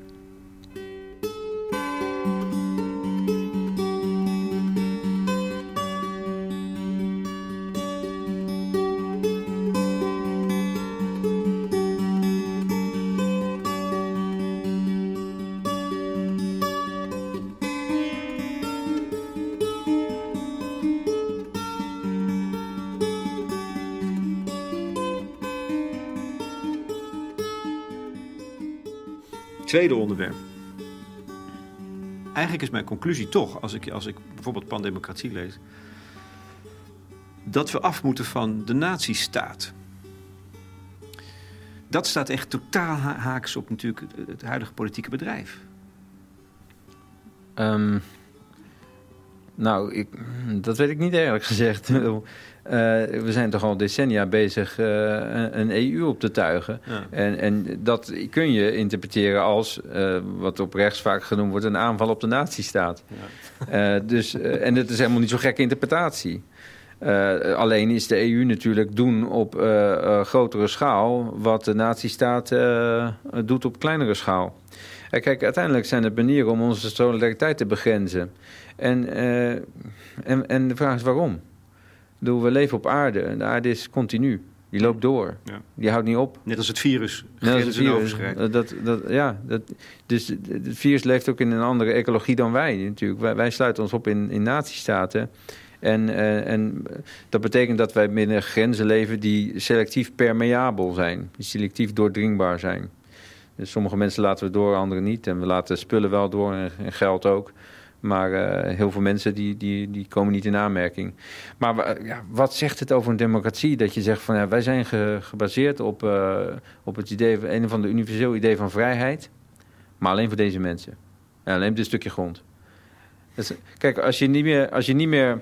Tweede onderwerp. Eigenlijk is mijn conclusie toch, als ik, als ik bijvoorbeeld Pandemocratie lees, dat we af moeten van de nazistaat. Dat staat echt totaal ha- haaks op natuurlijk het, het huidige politieke bedrijf. Um, nou, ik, dat weet ik niet eerlijk gezegd. Uh, we zijn toch al decennia bezig uh, een E U op te tuigen. Ja. En, en dat kun je interpreteren als, uh, wat op rechts vaak genoemd wordt, een aanval op de nazistaat. Ja. Uh, dus, uh, en dat is helemaal niet zo'n gekke interpretatie. Uh, alleen is de E U natuurlijk doen op uh, uh, grotere schaal wat de nazistaat uh, doet op kleinere schaal. Uh, kijk, uiteindelijk zijn het manieren om onze solidariteit te begrenzen. En, uh, en, en de vraag is waarom? Bedoel, we leven op aarde en de aarde is continu. Die loopt door. Ja. Die houdt niet op. Net als het virus. Grenzen overschrijden. Dat, dat, ja, dat, dus het virus leeft ook in een andere ecologie dan wij natuurlijk. Wij, wij sluiten ons op in, in nazistaten. En, uh, en dat betekent dat wij binnen grenzen leven die selectief permeabel zijn. Die selectief doordringbaar zijn. Dus sommige mensen laten we door, anderen niet. En we laten spullen wel door en, en geld ook. Maar uh, heel veel mensen die, die, die komen niet in aanmerking. Maar ja, wat zegt het over een democratie? Dat je zegt van ja, wij zijn ge, gebaseerd op, uh, op het idee, een van de universeel idee van vrijheid. Maar alleen voor deze mensen. En alleen op dit stukje grond. Dus, kijk, als je niet meer, als je niet meer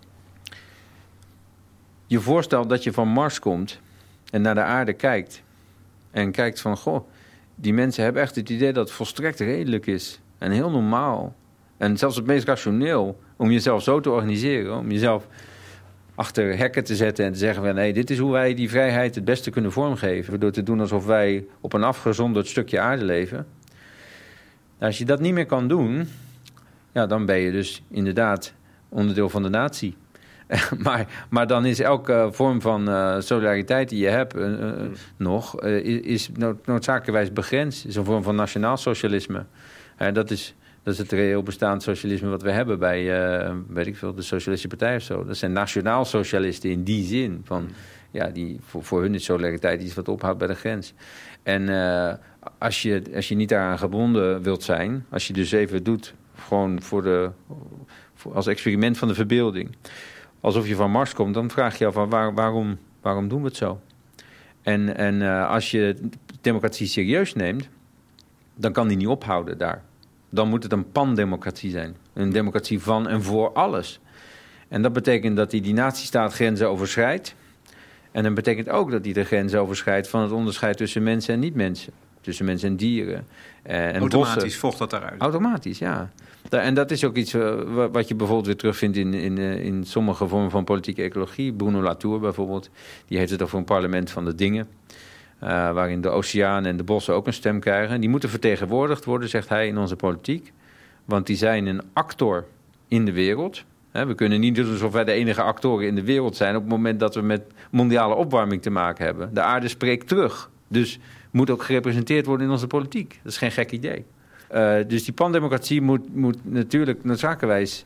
je voorstelt dat je van Mars komt en naar de aarde kijkt. En kijkt van, goh, die mensen hebben echt het idee dat het volstrekt redelijk is. En heel normaal. En zelfs het meest rationeel om jezelf zo te organiseren. Om jezelf achter hekken te zetten en te zeggen van nee, dit is hoe wij die vrijheid het beste kunnen vormgeven. Door te doen alsof wij op een afgezonderd stukje aarde leven. Nou, als je dat niet meer kan doen, ja, dan ben je dus inderdaad onderdeel van de natie. maar, maar dan is elke vorm van uh, solidariteit die je hebt uh, uh, nog... Uh, is nood, noodzakelijkerwijs begrensd. Is een vorm van nationaal socialisme. Uh, dat is... Dat is het reëel bestaand socialisme wat we hebben bij, uh, weet ik veel, de Socialistische Partij of zo. Dat zijn nationaal socialisten in die zin. Van, ja, die, voor, voor hun is solidariteit iets wat ophoudt bij de grens. En uh, als, je, als je niet daaraan gebonden wilt zijn, als je dus even doet, gewoon voor de, voor, als experiment van de verbeelding, alsof je van Mars komt, dan vraag je je af, waar, waarom, waarom doen we het zo? En, en uh, als je democratie serieus neemt, dan kan die niet ophouden daar. Dan moet het een pandemocratie zijn. Een democratie van en voor alles. En dat betekent dat die die natiestaat grenzen overschrijdt. En dat betekent ook dat die de grenzen overschrijdt van het onderscheid tussen mensen en niet-mensen. Tussen mensen en dieren. Eh, en Automatisch bossen. volgt dat daaruit? Automatisch, ja. En dat is ook iets uh, wat je bijvoorbeeld weer terugvindt in, in, uh, in sommige vormen van politieke ecologie. Bruno Latour bijvoorbeeld, die heeft het over een parlement van de dingen. Uh, waarin de oceanen en de bossen ook een stem krijgen. Die moeten vertegenwoordigd worden, zegt hij, in onze politiek. Want die zijn een actor in de wereld. He, we kunnen niet doen alsof wij de enige actoren in de wereld zijn op het moment dat we met mondiale opwarming te maken hebben. De aarde spreekt terug. Dus moet ook gerepresenteerd worden in onze politiek. Dat is geen gek idee. Uh, dus die pandemocratie moet, moet natuurlijk noodzakelijkerwijs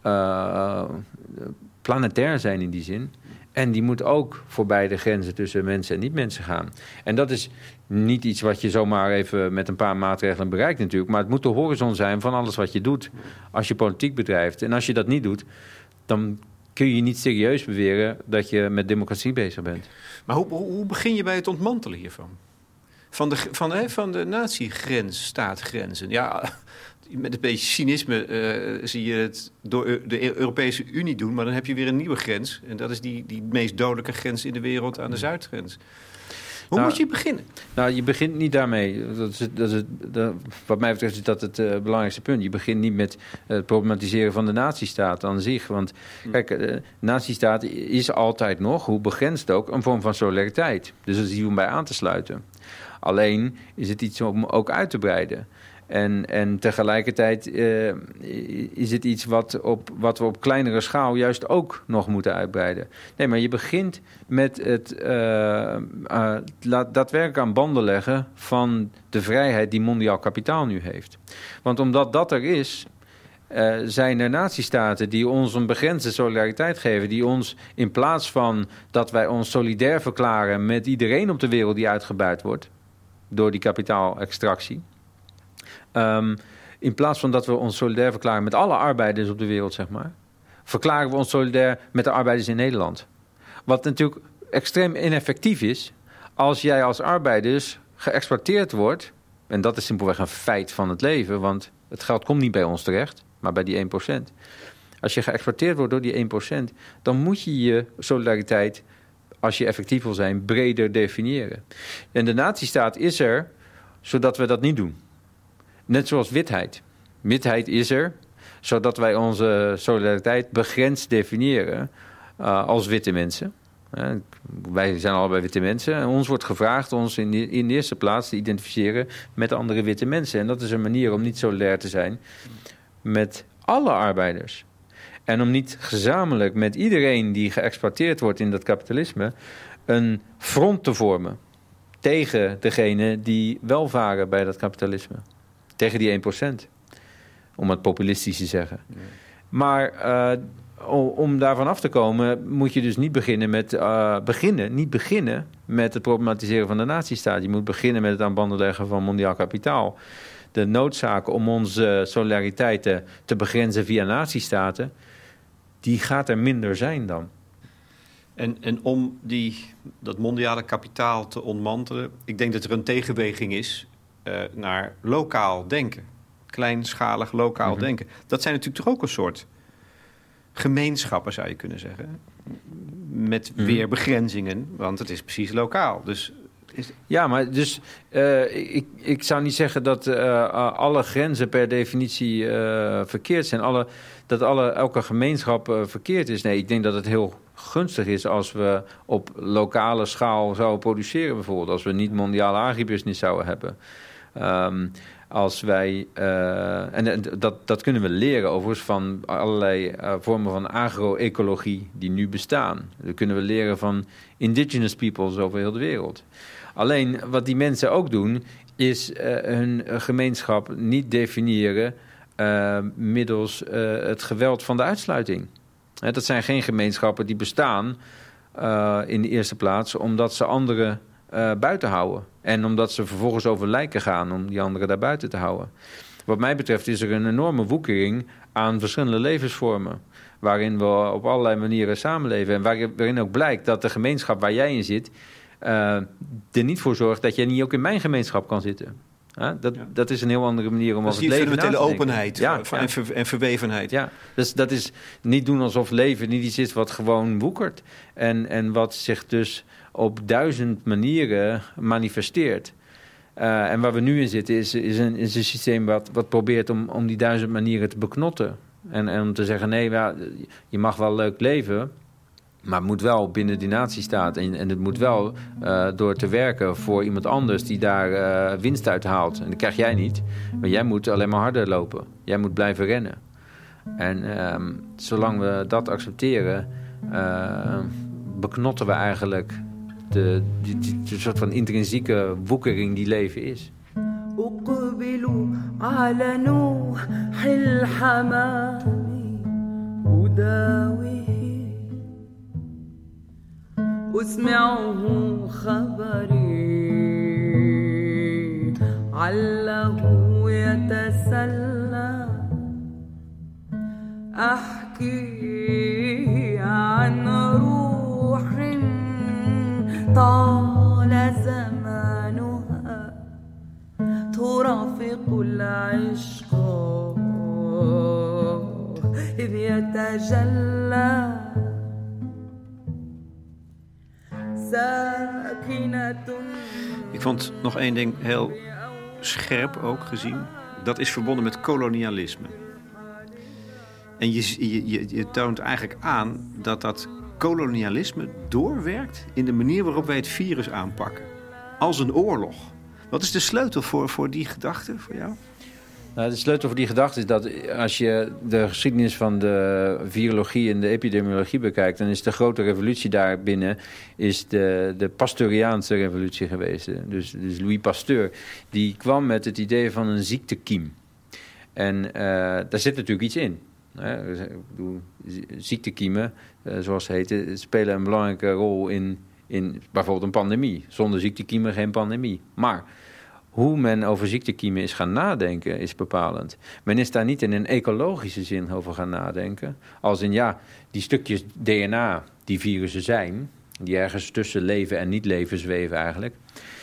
uh, planetair zijn in die zin. En die moet ook voorbij de grenzen tussen mensen en niet-mensen gaan. En dat is niet iets wat je zomaar even met een paar maatregelen bereikt natuurlijk. Maar het moet de horizon zijn van alles wat je doet als je politiek bedrijft. En als je dat niet doet, dan kun je niet serieus beweren dat je met democratie bezig bent. Maar hoe, hoe, hoe begin je bij het ontmantelen hiervan? Van de, van, hè, van de natiegrens, staatgrenzen. Ja, met een beetje cynisme uh, zie je het door de Europese Unie doen, maar dan heb je weer een nieuwe grens. En dat is die, die meest dodelijke grens in de wereld aan de Zuidgrens. Hoe nou, moet je beginnen? Nou, je begint niet daarmee. Dat is, dat is het, dat, wat mij betreft is dat het uh, belangrijkste punt. Je begint niet met het problematiseren van de natiestaat aan zich. Want kijk, de natiestaat is altijd nog, hoe begrensd ook, een vorm van solidariteit. Dus dat is hier om bij aan te sluiten. Alleen is het iets om ook uit te breiden. En, en tegelijkertijd uh, is het iets wat, op, wat we op kleinere schaal juist ook nog moeten uitbreiden. Nee, maar je begint met het uh, uh, daadwerkelijk aan banden leggen van de vrijheid die mondiaal kapitaal nu heeft. Want omdat dat er is, uh, zijn er natiestaten die ons een begrensde solidariteit geven, die ons in plaats van dat wij ons solidair verklaren met iedereen op de wereld die uitgebuit wordt door die kapitaalextractie, Um, in plaats van dat we ons solidair verklaren met alle arbeiders op de wereld, zeg maar, verklaren we ons solidair met de arbeiders in Nederland. Wat natuurlijk extreem ineffectief is als jij als arbeiders geëxploiteerd wordt, en dat is simpelweg een feit van het leven, want het geld komt niet bij ons terecht, maar bij die één procent. Als je geëxploiteerd wordt door die één procent, dan moet je je solidariteit, als je effectief wil zijn, breder definiëren. En de natiestaat is er, zodat we dat niet doen. Net zoals witheid. Witheid is er, zodat wij onze solidariteit begrensd definiëren uh, als witte mensen. Uh, wij zijn allebei witte mensen. En ons wordt gevraagd ons in de, in de eerste plaats te identificeren met andere witte mensen. En dat is een manier om niet solidair te zijn met alle arbeiders. En om niet gezamenlijk met iedereen die geëxploiteerd wordt in dat kapitalisme een front te vormen tegen degene die wel varen bij dat kapitalisme. Tegen die één procent. Om het populistisch te zeggen. Ja. Maar uh, om daarvan af te komen moet je dus niet beginnen met uh, beginnen, niet beginnen met het problematiseren van de natiestaat. Je moet beginnen met het aan banden leggen van mondiaal kapitaal. De noodzaak om onze solidariteit te, te begrenzen via natiestaten, die gaat er minder zijn dan. En, en om die, dat mondiale kapitaal te ontmantelen, ik denk dat er een tegenbeweging is uh, naar lokaal denken. Kleinschalig lokaal mm-hmm. denken. Dat zijn natuurlijk toch ook een soort gemeenschappen, zou je kunnen zeggen. Met mm-hmm. weer begrenzingen, want het is precies lokaal. Dus is... Ja, maar dus uh, ik, ik zou niet zeggen dat uh, alle grenzen per definitie uh, verkeerd zijn. Alle, dat alle, elke gemeenschap uh, verkeerd is. Nee, ik denk dat het heel gunstig is als we op lokale schaal zouden produceren bijvoorbeeld. Als we niet mondiale agribusiness zouden hebben. Um, als wij, uh, en dat, dat kunnen we leren overigens van allerlei uh, vormen van agro-ecologie die nu bestaan. Dat kunnen we leren van indigenous peoples over heel de wereld. Alleen wat die mensen ook doen, is uh, hun gemeenschap niet definiëren uh, middels uh, het geweld van de uitsluiting. He, dat zijn geen gemeenschappen die bestaan uh, in de eerste plaats omdat ze anderen uh, buiten houden. En omdat ze vervolgens over lijken gaan om die anderen daar buiten te houden. Wat mij betreft is er een enorme woekering aan verschillende levensvormen, waarin we op allerlei manieren samenleven. En waarin ook blijkt dat de gemeenschap waar jij in zit Uh, er niet voor zorgt dat jij niet ook in mijn gemeenschap kan zitten. Uh, dat, ja. dat is een heel andere manier om dat over het leven na te denken. Dat is die fundamentele openheid ja, en, ja. ver, en verwevenheid. Ja, dus dat is niet doen alsof leven niet iets is wat gewoon woekert. En, en wat zich dus op duizend manieren manifesteert. Uh, en waar we nu in zitten is, is, een, is een systeem wat, wat probeert om, om die duizend manieren te beknotten. En, en om te zeggen, nee, ja, je mag wel leuk leven, maar het moet wel binnen die natiestaat. En, en het moet wel uh, door te werken voor iemand anders die daar uh, winst uit haalt. En dat krijg jij niet. Maar jij moet alleen maar harder lopen. Jij moet blijven rennen. En um, zolang we dat accepteren, uh, beknotten we eigenlijk de, die, die, die soort van intrinsieke woekering die leven is. أسمعه خبري عله يتسلى أحكي عن روح طال زمانها ترافق العشق إذ يتجلى. Ik vond nog één ding heel scherp ook gezien. Dat is verbonden met kolonialisme. En je, je, je, je toont eigenlijk aan dat dat kolonialisme doorwerkt in de manier waarop wij het virus aanpakken. Als een oorlog. Wat is de sleutel voor, voor die gedachte voor jou? Nou, de sleutel voor die gedachte is dat als je de geschiedenis van de virologie en de epidemiologie bekijkt, dan is de grote revolutie daarbinnen is de, de Pasteuriaanse revolutie geweest. Dus, dus Louis Pasteur, die kwam met het idee van een ziektekiem. En uh, daar zit natuurlijk iets in. Hè? Ik bedoel, ziektekiemen, uh, zoals ze heten, spelen een belangrijke rol in, in bijvoorbeeld een pandemie. Zonder ziektekiemen geen pandemie. Maar hoe men over ziektekiemen is gaan nadenken is bepalend. Men is daar niet in een ecologische zin over gaan nadenken. Als in, ja, die stukjes D N A die virussen zijn, die ergens tussen leven en niet leven zweven eigenlijk,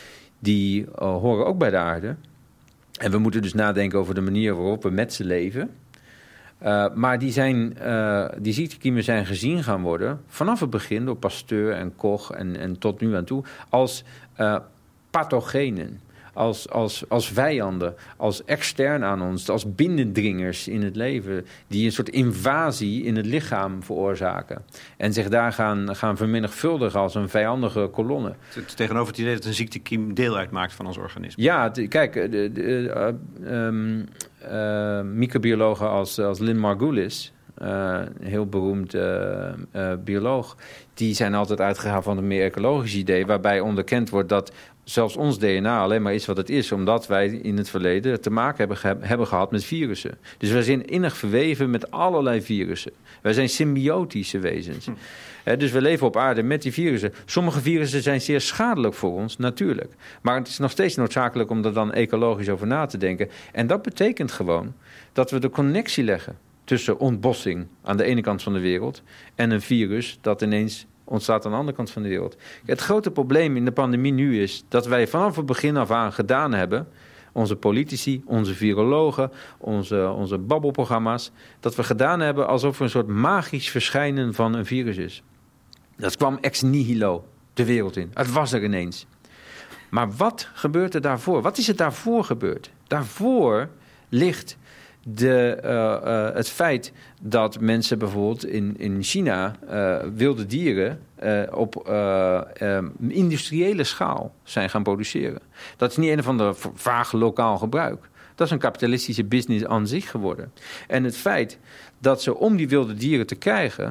die uh, horen ook bij de aarde. En we moeten dus nadenken over de manier waarop we met ze leven. Uh, maar die, zijn, uh, die ziektekiemen zijn gezien gaan worden vanaf het begin door Pasteur en Koch en, en tot nu aan toe als uh, pathogenen. Als, als, als vijanden, als extern aan ons, als binnendringers in het leven, die een soort invasie in het lichaam veroorzaken. En zich daar gaan, gaan vermenigvuldigen als een vijandige kolonne. Tegenover het idee dat een ziektekiem deel uitmaakt van ons organisme. Ja, t- kijk, de, de, uh, um, uh, microbiologen als, als Lynn Margulis, uh, een heel beroemd uh, uh, bioloog, die zijn altijd uitgegaan van een meer ecologisch idee, waarbij onderkend wordt dat zelfs ons D N A alleen maar is wat het is, omdat wij in het verleden te maken hebben, ge- hebben gehad met virussen. Dus wij zijn innig verweven met allerlei virussen. Wij zijn symbiotische wezens. Hm. He, dus we leven op aarde met die virussen. Sommige virussen zijn zeer schadelijk voor ons, natuurlijk. Maar het is nog steeds noodzakelijk om er dan ecologisch over na te denken. En dat betekent gewoon dat we de connectie leggen tussen ontbossing aan de ene kant van de wereld en een virus dat ineens ontstaat aan de andere kant van de wereld. Het grote probleem in de pandemie nu is dat wij vanaf het begin af aan gedaan hebben, onze politici, onze virologen, onze, onze babbelprogramma's, dat we gedaan hebben alsof er een soort magisch verschijnen van een virus is. Dat kwam ex nihilo de wereld in. Het was er ineens. Maar wat gebeurt er daarvoor? Wat is er daarvoor gebeurd? Daarvoor ligt de, uh, uh, het feit dat mensen bijvoorbeeld in, in China uh, wilde dieren uh, op uh, um, industriële schaal zijn gaan produceren. Dat is niet een of ander vaag lokaal gebruik. Dat is een kapitalistische business aan zich geworden. En het feit dat ze om die wilde dieren te krijgen,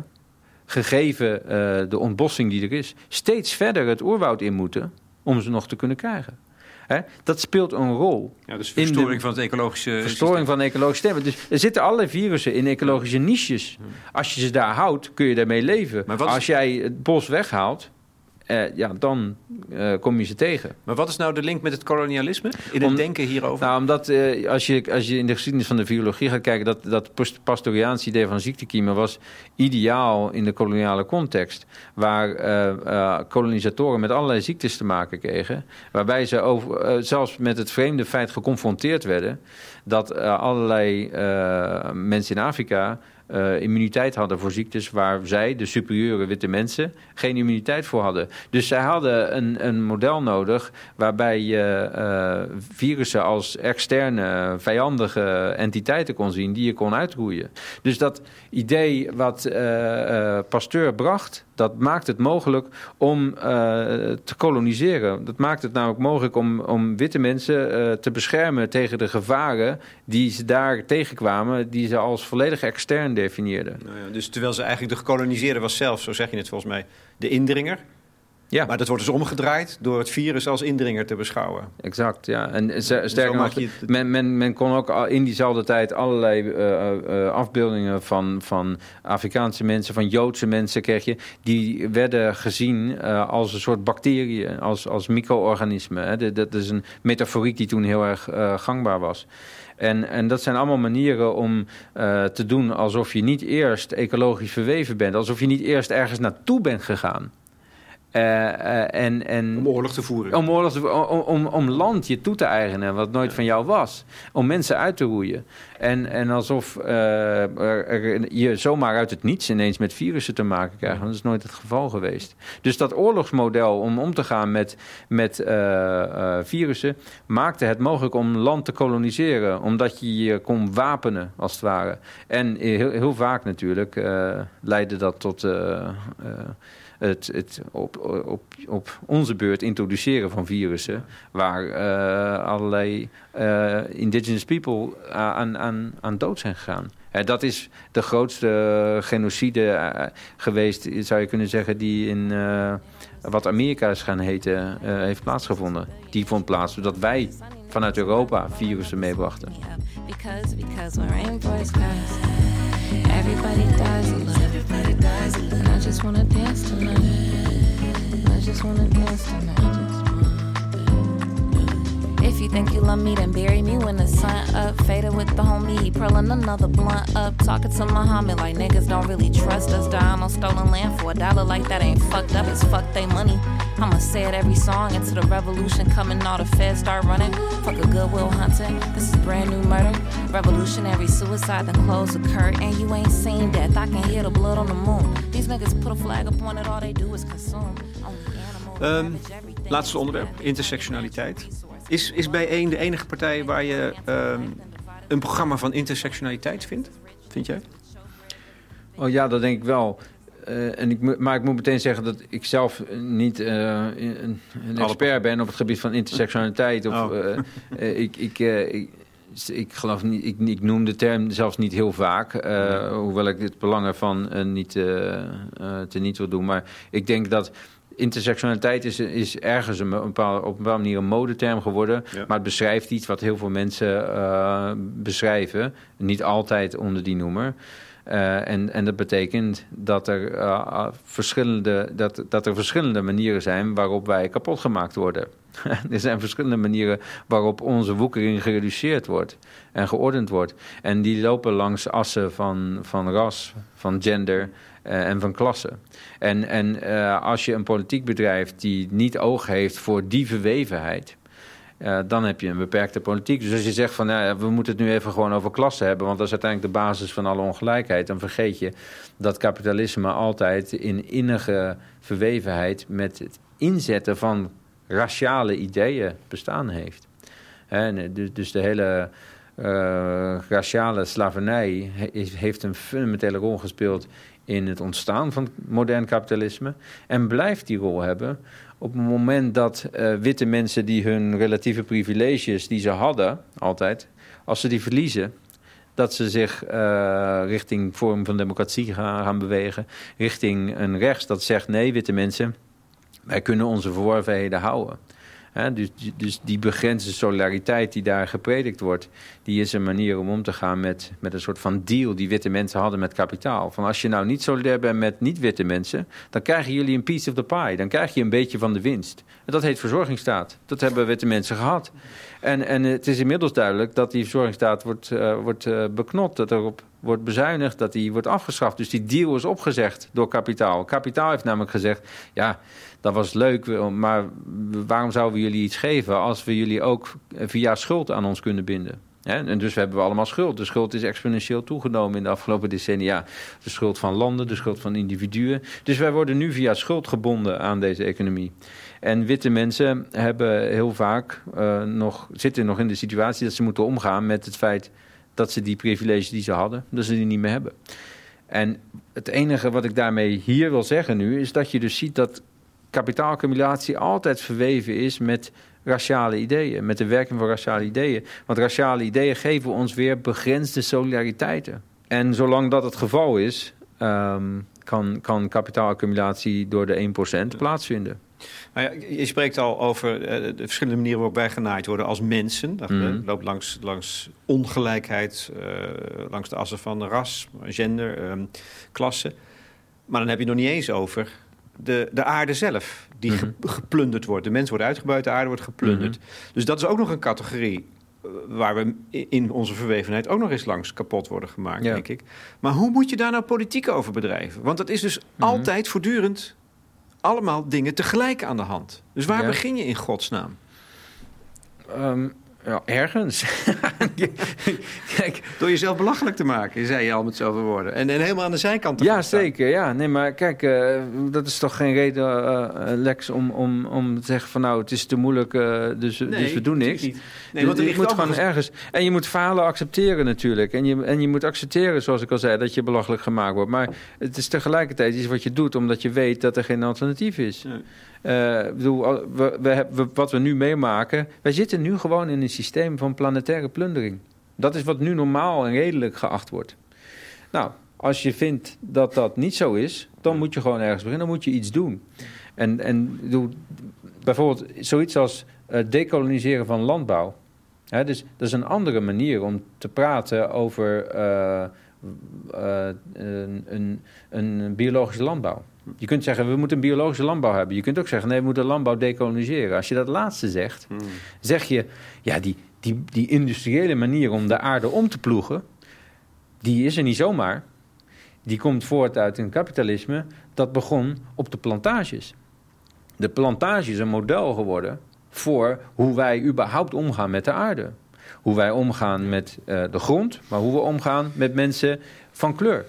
gegeven uh, de ontbossing die er is, steeds verder het oerwoud in moeten om ze nog te kunnen krijgen. He, dat speelt een rol. Ja, dus verstoring in de van het ecologische Verstoring systeem. van het ecologische systeem. Dus er zitten allerlei virussen in ecologische niches. Als je ze daar houdt, kun je daarmee leven. Maar Als jij het bos weghaalt, eh, ja, dan uh, kom je ze tegen. Maar wat is nou de link met het kolonialisme in het Om, denken hierover? Nou, omdat uh, als, je, als je in de geschiedenis van de biologie gaat kijken, dat, dat Pastoriaanse idee van ziektekiemen was ideaal in de koloniale context, waar uh, uh, kolonisatoren met allerlei ziektes te maken kregen, waarbij ze over, uh, zelfs met het vreemde feit geconfronteerd werden dat uh, allerlei uh, mensen in Afrika Uh, immuniteit hadden voor ziektes waar zij, de superieure witte mensen, geen immuniteit voor hadden. Dus zij hadden een, een model nodig waarbij je uh, virussen als externe, vijandige entiteiten kon zien die je kon uitroeien. Dus dat idee wat uh, uh, Pasteur bracht, dat maakt het mogelijk om uh, te koloniseren. Dat maakt het namelijk mogelijk om, om witte mensen uh, te beschermen tegen de gevaren die ze daar tegenkwamen, die ze als volledig extern definieerden. Nou ja, dus terwijl ze eigenlijk de gekoloniseerde was zelf, zo zeg je het volgens mij, de indringer. Ja. Maar dat wordt dus omgedraaid door het virus als indringer te beschouwen. Exact, ja. En sterker nog, het... men, men, men kon ook in diezelfde tijd allerlei uh, uh, afbeeldingen van, van Afrikaanse mensen, van Joodse mensen kreeg je, die werden gezien uh, als een soort bacteriën, als, als micro-organismen. Hè. Dat is een metaforiek die toen heel erg uh, gangbaar was. En, en dat zijn allemaal manieren om uh, te doen alsof je niet eerst ecologisch verweven bent, alsof je niet eerst ergens naartoe bent gegaan. Uh, uh, en, en, om oorlog te voeren. Om, oorlog te, om, om, om land je toe te eigenen, wat nooit ja. van jou was. Om mensen uit te roeien. En, en alsof uh, er, er, je zomaar uit het niets ineens met virussen te maken krijgt. Want dat is nooit het geval geweest. Dus dat oorlogsmodel om om te gaan met, met uh, uh, virussen maakte het mogelijk om land te koloniseren. Omdat je je kon wapenen, als het ware. En heel, heel vaak natuurlijk uh, leidde dat tot... Uh, uh, Het, het op, op, op onze beurt introduceren van virussen, waar uh, allerlei uh, indigenous people aan, aan, aan dood zijn gegaan. Uh, dat is de grootste genocide uh, geweest, zou je kunnen zeggen, die in uh, wat Amerika is gaan heten, uh, heeft plaatsgevonden. Die vond plaats doordat wij vanuit Europa virussen meebrachten. Because, because everybody dies a lot. Everybody dies a lot. And I just wanna dance tonight. I just wanna dance tonight. If you think you love me, then bury me when the sun up. Faded with the homie, he purling another blunt up. Talking to Muhammad like niggas don't really trust us. Dying on stolen land for a dollar like that ain't fucked up. It's fuck they money. I'ma say it every song until the revolution coming, all the feds start running. Fuck a Goodwill Hunting, this is brand new murder. Revolutionary suicide, then close the curtain. And you ain't seen death, I can hear the blood on the moon. These niggas put a flag up on it, all they do is consume. Um, laatste onderwerp, intersectionaliteit. Is, is bijeen de enige partij waar je um, een programma van intersectionaliteit vindt? Vind jij? Oh ja, dat denk ik wel. Uh, en ik, maar ik moet meteen zeggen dat ik zelf niet uh, een, een expert ben op het gebied van intersectionaliteit. Of, oh. uh, uh, ik, ik, uh, ik, ik geloof niet, ik, ik noem de term zelfs niet heel vaak, uh, ja. hoewel ik het belang ervan uh, niet uh, uh, teniet wil doen. Maar ik denk dat intersectionaliteit is, is ergens een bepaalde, op een bepaalde manier een modeterm geworden. Ja. Maar het beschrijft iets wat heel veel mensen uh, beschrijven. Niet altijd onder die noemer. Uh, en, en dat betekent dat er, uh, verschillende, dat, dat er verschillende manieren zijn waarop wij kapot gemaakt worden. Er zijn verschillende manieren waarop onze woekering gereduceerd wordt en geordend wordt. En die lopen langs assen van, van ras, van gender uh, en van klasse. En, en uh, als je een politiek bedrijft die niet oog heeft voor die verwevenheid, Uh, dan heb je een beperkte politiek. Dus als je zegt van nou, we moeten het nu even gewoon over klasse hebben, want dat is uiteindelijk de basis van alle ongelijkheid, dan vergeet je dat kapitalisme altijd in innige verwevenheid met het inzetten van raciale ideeën bestaan heeft. En dus de hele uh, raciale slavernij he, heeft een fundamentele rol gespeeld in het ontstaan van modern kapitalisme en blijft die rol hebben op het moment dat uh, witte mensen die hun relatieve privileges die ze hadden altijd, als ze die verliezen, dat ze zich uh, richting vorm van democratie gaan, gaan bewegen, richting een rechts dat zegt nee, witte mensen, wij kunnen onze verworvenheden houden. He, dus, dus die begrensde solidariteit die daar gepredikt wordt, die is een manier om om te gaan met, met een soort van deal die witte mensen hadden met kapitaal. Van als je nou niet solidair bent met niet-witte mensen, dan krijgen jullie een piece of the pie. Dan krijg je een beetje van de winst. En dat heet verzorgingsstaat. Dat hebben witte mensen gehad. En, en het is inmiddels duidelijk dat die verzorgingsstaat wordt, uh, wordt uh, beknot, dat erop wordt bezuinigd, dat die wordt afgeschaft. Dus die deal is opgezegd door kapitaal. Kapitaal heeft namelijk gezegd, ja, dat was leuk, maar waarom zouden we jullie iets geven als we jullie ook via schuld aan ons kunnen binden? He, en dus hebben we allemaal schuld. De schuld is exponentieel toegenomen in de afgelopen decennia. De schuld van landen, de schuld van individuen. Dus wij worden nu via schuld gebonden aan deze economie. En witte mensen hebben heel vaak uh, nog, zitten nog in de situatie dat ze moeten omgaan met het feit dat ze die privileges die ze hadden, dat ze die niet meer hebben. En het enige wat ik daarmee hier wil zeggen nu, is dat je dus ziet dat kapitaalaccumulatie altijd verweven is met raciale ideeën, met de werking van raciale ideeën. Want raciale ideeën geven ons weer begrensde solidariteiten. En zolang dat het geval is, um, kan, kan kapitaalaccumulatie door de één procent plaatsvinden. Nou ja, je spreekt al over uh, de verschillende manieren waarop wij genaaid worden als mensen. Dat mm. loopt langs, langs ongelijkheid, uh, langs de assen van ras, gender, um, klasse. Maar dan heb je het nog niet eens over de, de aarde zelf, die mm-hmm. ge, geplunderd wordt. De mens wordt uitgebuit, de aarde wordt geplunderd. Mm-hmm. Dus dat is ook nog een categorie uh, waar we in onze verwevenheid ook nog eens langs kapot worden gemaakt, ja. denk ik. Maar hoe moet je daar nou politiek over bedrijven? Want dat is dus mm-hmm. altijd voortdurend allemaal dingen tegelijk aan de hand. Dus waar ja. begin je in godsnaam? Um, ja, ergens. Kijk, door jezelf belachelijk te maken, zei je al met zoveel woorden. En, en helemaal aan de zijkant te ja, gaan staan. Zeker. Ja, nee, maar kijk, uh, dat is toch geen reden, uh, Lex, om, om, om te zeggen van nou, het is te moeilijk, uh, dus, nee, dus we doen niks. Niet. Nee, want dus, je moet gewoon ergens. En je moet falen accepteren natuurlijk. En je, en je moet accepteren, zoals ik al zei, dat je belachelijk gemaakt wordt. Maar het is tegelijkertijd iets wat je doet, omdat je weet dat er geen alternatief is. Nee. Uh, bedoel, we, we, we, wat we nu meemaken, wij zitten nu gewoon in een systeem van planetaire plundering. Dat is wat nu normaal en redelijk geacht wordt. Nou, als je vindt dat dat niet zo is, dan moet je gewoon ergens beginnen, dan moet je iets doen. En, en bedoel, bijvoorbeeld zoiets als uh, decoloniseren van landbouw. Hè, dus dat is een andere manier om te praten over uh, uh, een, een, een biologische landbouw. Je kunt zeggen, we moeten een biologische landbouw hebben. Je kunt ook zeggen, nee, we moeten landbouw decoloniseren. Als je dat laatste zegt, hmm. zeg je, ja, die, die, die industriële manier om de aarde om te ploegen, die is er niet zomaar. Die komt voort uit een kapitalisme dat begon op de plantages. De plantage is een model geworden voor hoe wij überhaupt omgaan met de aarde. Hoe wij omgaan met uh, de grond, maar hoe we omgaan met mensen van kleur.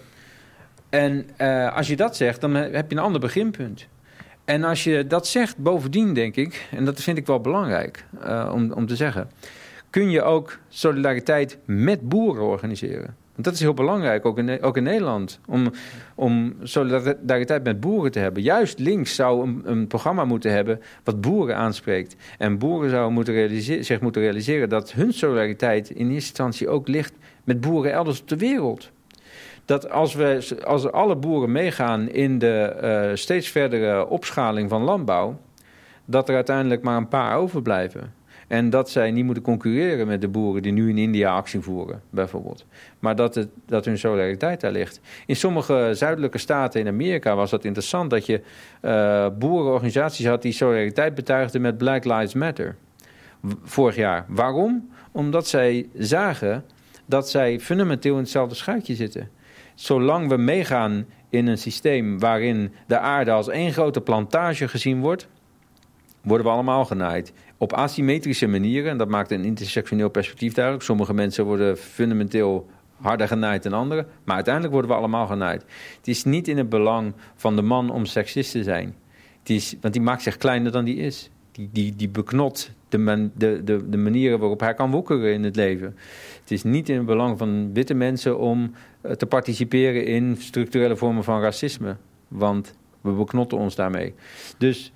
En uh, als je dat zegt, dan heb je een ander beginpunt. En als je dat zegt, bovendien denk ik, en dat vind ik wel belangrijk uh, om, om te zeggen, kun je ook solidariteit met boeren organiseren. Want dat is heel belangrijk, ook in, ook in Nederland, om, om solidariteit met boeren te hebben. Juist links zou een, een programma moeten hebben wat boeren aanspreekt. En boeren zouden moeten realiseren, zich moeten realiseren dat hun solidariteit in eerste instantie ook ligt met boeren elders op de wereld. Dat als, we, als alle boeren meegaan in de uh, steeds verdere opschaling van landbouw, dat er uiteindelijk maar een paar overblijven. En dat zij niet moeten concurreren met de boeren die nu in India actie voeren, bijvoorbeeld. Maar dat, het, dat hun solidariteit daar ligt. In sommige zuidelijke staten in Amerika was dat interessant dat je uh, boerenorganisaties had die solidariteit betuigden met Black Lives Matter. Vorig jaar. Waarom? Omdat zij zagen dat zij fundamenteel in hetzelfde schuitje zitten. Zolang we meegaan in een systeem waarin de aarde als één grote plantage gezien wordt, worden we allemaal genaaid. Op asymmetrische manieren, en dat maakt een intersectioneel perspectief duidelijk. Sommige mensen worden fundamenteel harder genaaid dan anderen, maar uiteindelijk worden we allemaal genaaid. Het is niet in het belang van de man om seksist te zijn. Het is, want die maakt zich kleiner dan die is. Die, die, die beknot de, man, de, de, de manieren waarop hij kan woekeren in het leven. Het is niet in het belang van witte mensen om uh, te participeren in structurele vormen van racisme. Want we beknotten ons daarmee. Dus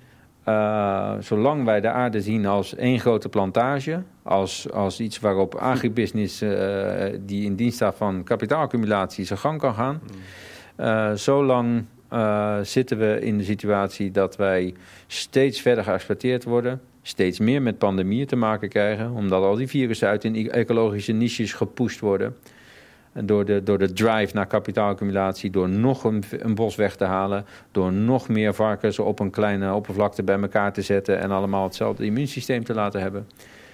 uh, zolang wij de aarde zien als één grote plantage, als, als iets waarop agribusiness uh, die in dienst staat van kapitaalaccumulatie zijn gang kan gaan, uh, zolang uh, zitten we in de situatie dat wij steeds verder geëxploiteerd worden, steeds meer met pandemieën te maken krijgen, omdat al die virussen uit in ecologische niches gepusht worden. Door de, door de drive naar kapitaalaccumulatie, door nog een, een bos weg te halen, door nog meer varkens op een kleine oppervlakte bij elkaar te zetten en allemaal hetzelfde immuunsysteem te laten hebben.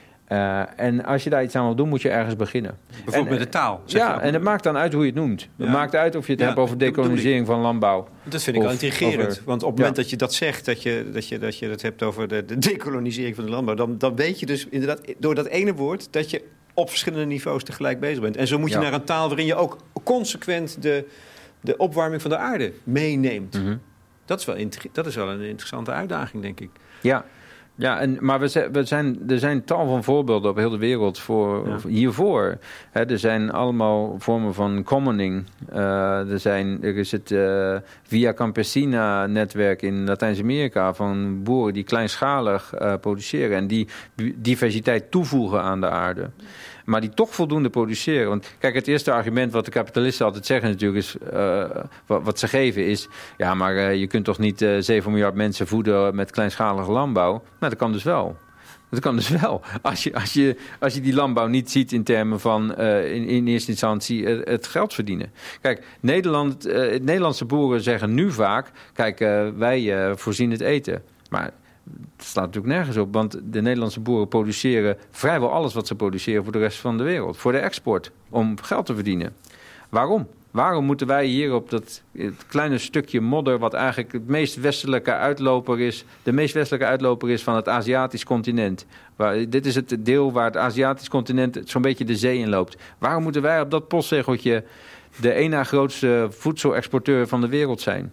Uh, en als je daar iets aan wil doen, moet je ergens beginnen. Bijvoorbeeld en, met de taal. Zeg ja, je en het maakt dan uit hoe je het noemt. Het ja. maakt uit of je het ja, hebt over decolonisering van landbouw. Dat vind ik wel intrigerend. Over, want op het ja. moment dat je dat zegt, dat je dat, je, dat, je dat hebt over de, de decolonisering van de landbouw, dan, dan weet je dus inderdaad door dat ene woord dat je op verschillende niveaus tegelijk bezig bent. En zo moet je ja. naar een taal waarin je ook consequent de, de opwarming van de aarde meeneemt. Mm-hmm. Dat is wel inter- dat is wel een interessante uitdaging, denk ik. Ja. Ja, en, maar we, we zijn, er zijn tal van voorbeelden op heel de wereld voor, ja. hiervoor. He, er zijn allemaal vormen van commoning. Uh, er, zijn, er is het uh, Via Campesina-netwerk in Latijns-Amerika van boeren die kleinschalig uh, produceren en die diversiteit toevoegen aan de aarde. Maar die toch voldoende produceren. Want kijk, het eerste argument wat de kapitalisten altijd zeggen natuurlijk is, uh, wat, wat ze geven is, ja, maar uh, je kunt toch niet uh, zeven miljard mensen voeden met kleinschalige landbouw? Nou, dat kan dus wel. Dat kan dus wel. Als je, als je, als je die landbouw niet ziet in termen van uh, in, in eerste instantie uh, het geld verdienen. Kijk, Nederland, uh, Nederlandse boeren zeggen nu vaak, kijk, uh, wij uh, voorzien het eten. Maar dat slaat natuurlijk nergens op, want de Nederlandse boeren produceren vrijwel alles wat ze produceren voor de rest van de wereld. Voor de export, om geld te verdienen. Waarom? Waarom moeten wij hier op dat kleine stukje modder, wat eigenlijk het meest westelijke uitloper is, de meest westelijke uitloper is van het Aziatisch continent. Waar, dit is het deel waar het Aziatisch continent zo'n beetje de zee in loopt. Waarom moeten wij op dat postzegeltje de één na grootste voedselexporteur van de wereld zijn?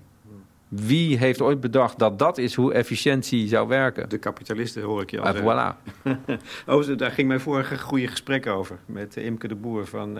Wie heeft ooit bedacht dat dat is hoe efficiëntie zou werken? De kapitalisten, hoor ik je al ah, zeggen. Voilà. oh, daar ging mijn vorige goede gesprek over. Met Imke de Boer van uh,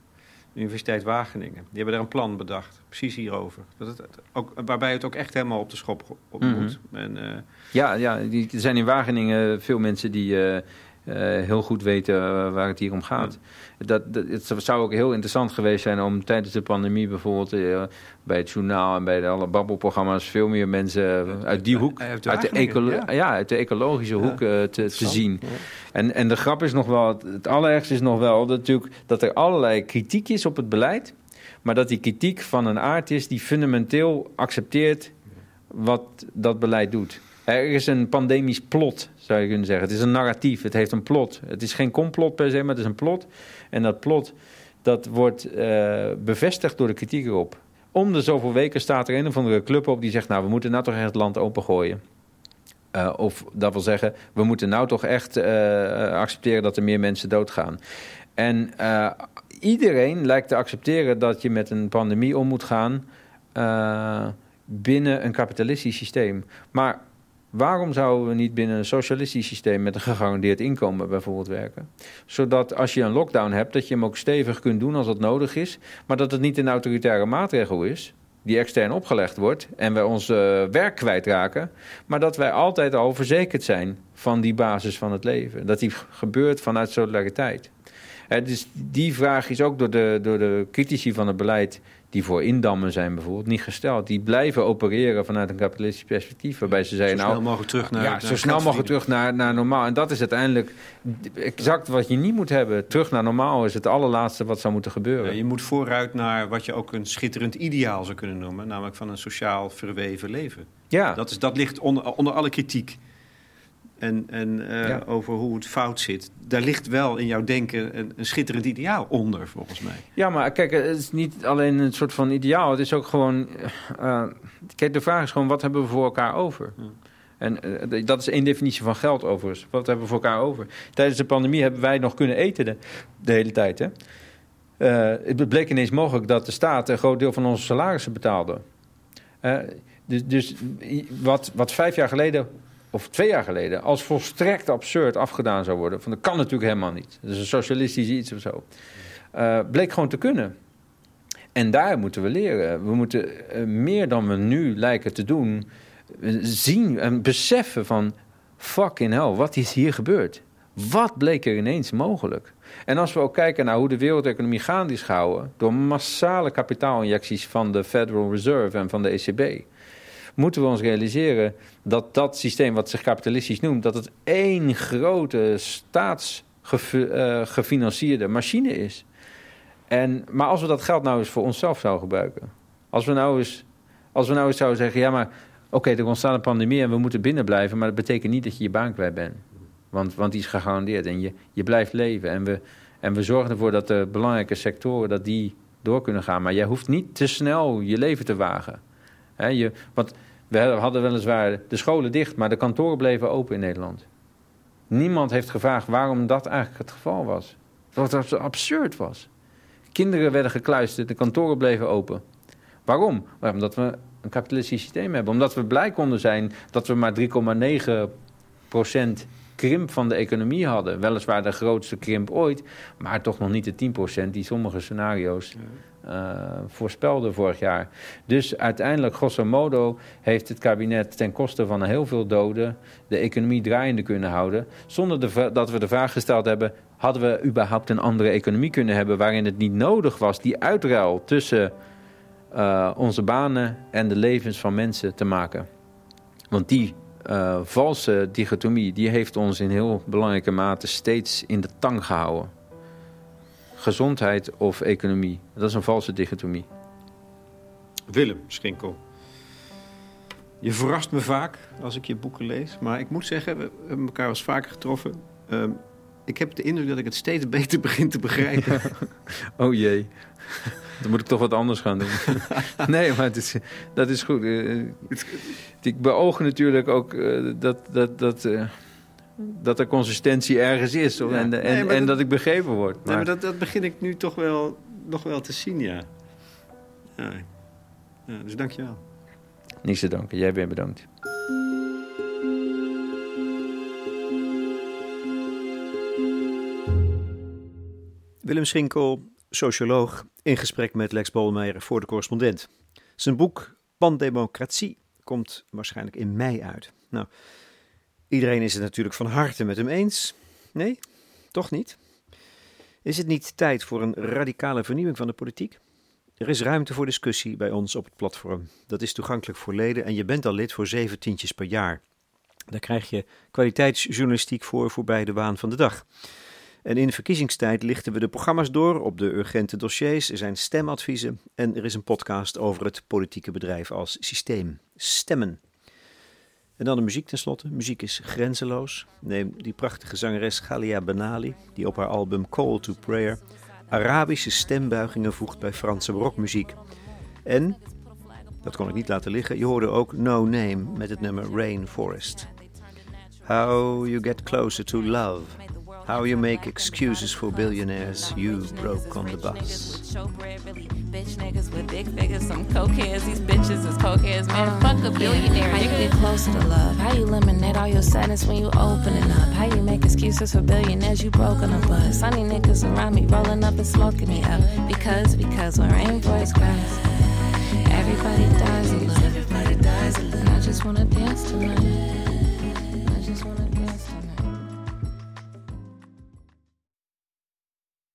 de Universiteit Wageningen. Die hebben daar een plan bedacht. Precies hierover. Dat het ook, waarbij het ook echt helemaal op de schop op moet. Mm-hmm. En, uh, ja, ja, die, er zijn in Wageningen veel mensen die uh, uh, heel goed weten uh, waar het hier om gaat. Ja. Dat, dat, het zou ook heel interessant geweest zijn om tijdens de pandemie bijvoorbeeld uh, bij het journaal en bij de alle babbelprogramma's veel meer mensen uh, uit die hoek, uit de, uit de, ecolo- ja. Ja, uit de ecologische ja. hoek uh, te, te zien. Ja. En, en de grap is nog wel, het, het allerergste is nog wel dat, natuurlijk, dat er allerlei kritiek is op het beleid, maar dat die kritiek van een aard is die fundamenteel accepteert wat dat beleid doet. Er is een pandemisch plot, zou je kunnen zeggen. Het is een narratief, het heeft een plot. Het is geen complot per se, maar het is een plot. En dat plot, dat wordt uh, bevestigd door de kritiek erop. Om de zoveel weken staat er een of andere club op die zegt, nou, we moeten nou toch echt het land opengooien. Uh, of dat wil zeggen, we moeten nou toch echt uh, accepteren dat er meer mensen doodgaan. En uh, iedereen lijkt te accepteren dat je met een pandemie om moet gaan uh, binnen een kapitalistisch systeem. Maar waarom zouden we niet binnen een socialistisch systeem met een gegarandeerd inkomen bijvoorbeeld werken? Zodat als je een lockdown hebt, dat je hem ook stevig kunt doen als dat nodig is, maar dat het niet een autoritaire maatregel is die extern opgelegd wordt en wij ons uh, werk kwijtraken, maar dat wij altijd al verzekerd zijn van die basis van het leven. Dat die gebeurt vanuit solidariteit. He, dus die vraag is ook door de, door de critici van het beleid die voor indammen zijn bijvoorbeeld niet gesteld. Die blijven opereren vanuit een kapitalistisch perspectief. Waarbij ze zeggen, zo nou, snel mogelijk terug naar, ja, naar zo snel mogelijk terug naar, naar normaal. En dat is uiteindelijk exact wat je niet moet hebben. Terug naar normaal is het allerlaatste wat zou moeten gebeuren. Ja, je moet vooruit naar wat je ook een schitterend ideaal zou kunnen noemen. Namelijk van een sociaal verweven leven. Ja. Dat, is, dat ligt onder, onder alle kritiek. En, en uh, ja. over hoe het fout zit. Daar ligt wel in jouw denken een, een schitterend ideaal onder, volgens mij. Ja, maar kijk, het is niet alleen een soort van ideaal. Het is ook gewoon... Uh, kijk, de vraag is gewoon, wat hebben we voor elkaar over? Ja. En uh, dat is één definitie van geld overigens. Wat hebben we voor elkaar over? Tijdens de pandemie hebben wij nog kunnen eten de, de hele tijd. Hè? Uh, het bleek ineens mogelijk dat de staat een groot deel van onze salarissen betaalde. Uh, dus dus wat, wat vijf jaar geleden of twee jaar geleden, als volstrekt absurd afgedaan zou worden. Van dat kan natuurlijk helemaal niet. Dat is een socialistisch iets of zo. Uh, bleek gewoon te kunnen. En daar moeten we leren. We moeten uh, meer dan we nu lijken te doen, zien en beseffen van fucking hell, wat is hier gebeurd? Wat bleek er ineens mogelijk? En als we ook kijken naar hoe de wereldeconomie gaande is gehouden door massale kapitaalinjecties van de Federal Reserve en van de E C B, moeten we ons realiseren dat dat systeem wat zich kapitalistisch noemt, dat het één grote staatsgefinancierde machine is. En, maar als we dat geld nou eens voor onszelf zouden gebruiken. Als we nou eens, als we nou eens zouden zeggen, ja maar oké, okay, er ontstaat een pandemie en we moeten binnen blijven, maar dat betekent niet dat je je baan kwijt bent. Want, want die is gegarandeerd en je, je blijft leven. En we, en we zorgen ervoor dat de belangrijke sectoren dat die door kunnen gaan. Maar jij hoeft niet te snel je leven te wagen. He, je, want we hadden weliswaar de scholen dicht, maar de kantoren bleven open in Nederland. Niemand heeft gevraagd waarom dat eigenlijk het geval was. Wat absurd was. Kinderen werden gekluisterd, de kantoren bleven open. Waarom? Maar omdat we een kapitalistisch systeem hebben. Omdat we blij konden zijn dat we maar drie komma negen procent krimp van de economie hadden. Weliswaar de grootste krimp ooit, maar toch nog niet de tien procent die sommige scenario's uh, voorspelden vorig jaar. Dus uiteindelijk, grosso modo, heeft het kabinet ten koste van heel veel doden de economie draaiende kunnen houden, zonder de, dat we de vraag gesteld hebben, hadden we überhaupt een andere economie kunnen hebben waarin het niet nodig was die uitruil tussen uh, onze banen en de levens van mensen te maken. Want die Uh, valse dichotomie, die heeft ons in heel belangrijke mate steeds in de tang gehouden. Gezondheid of economie, dat is een valse dichotomie. Willem Schinkel, je verrast me vaak als ik je boeken lees, maar ik moet zeggen, we hebben elkaar wel eens vaker getroffen. Uh, ik heb de indruk dat ik het steeds beter begin te begrijpen. Oh jee. Dan moet ik toch wat anders gaan doen. Nee, maar het is, dat is goed. Ik beoog natuurlijk ook uh, dat, dat, dat, uh, dat er consistentie ergens is. Ja, en, nee, en, en dat, dat ik begrepen word. Maar, nee, maar dat, dat begin ik nu toch wel, nog wel te zien, ja. ja. ja dus dank je wel. Niks te danken. Jij bent bedankt. Willem Schinkel, socioloog, in gesprek met Lex Bolmeijer voor De Correspondent. Zijn boek Pandemocratie komt waarschijnlijk in mei uit. Nou, iedereen is het natuurlijk van harte met hem eens. Nee, toch niet? Is het niet tijd voor een radicale vernieuwing van de politiek? Er is ruimte voor discussie bij ons op het platform. Dat is toegankelijk voor leden en je bent al lid voor zeven tientjes per jaar. Daar krijg je kwaliteitsjournalistiek voor voorbij de waan van de dag. En in verkiezingstijd lichten we de programma's door op de urgente dossiers, er zijn stemadviezen en er is een podcast over het politieke bedrijf als systeem. Stemmen. En dan de muziek tenslotte. Muziek is grenzeloos. Neem die prachtige zangeres Ghalia Benali, die op haar album Call to Prayer Arabische stembuigingen voegt bij Franse rockmuziek. En, dat kon ik niet laten liggen, je hoorde ook No Name met het nummer Rainforest. How you get closer to love. How you make excuses for billionaires you broke on the bus. Bitch niggas with big figures, some cokeheads. These bitches is cokeheads, man. Fuck a billionaire. How you get closer to love? How you eliminate all your sadness when you opening up? How you make excuses for billionaires you broke on the bus? Sunny niggas around me rolling up and smoking me up. Because, because when rainforest cries, everybody dies alone.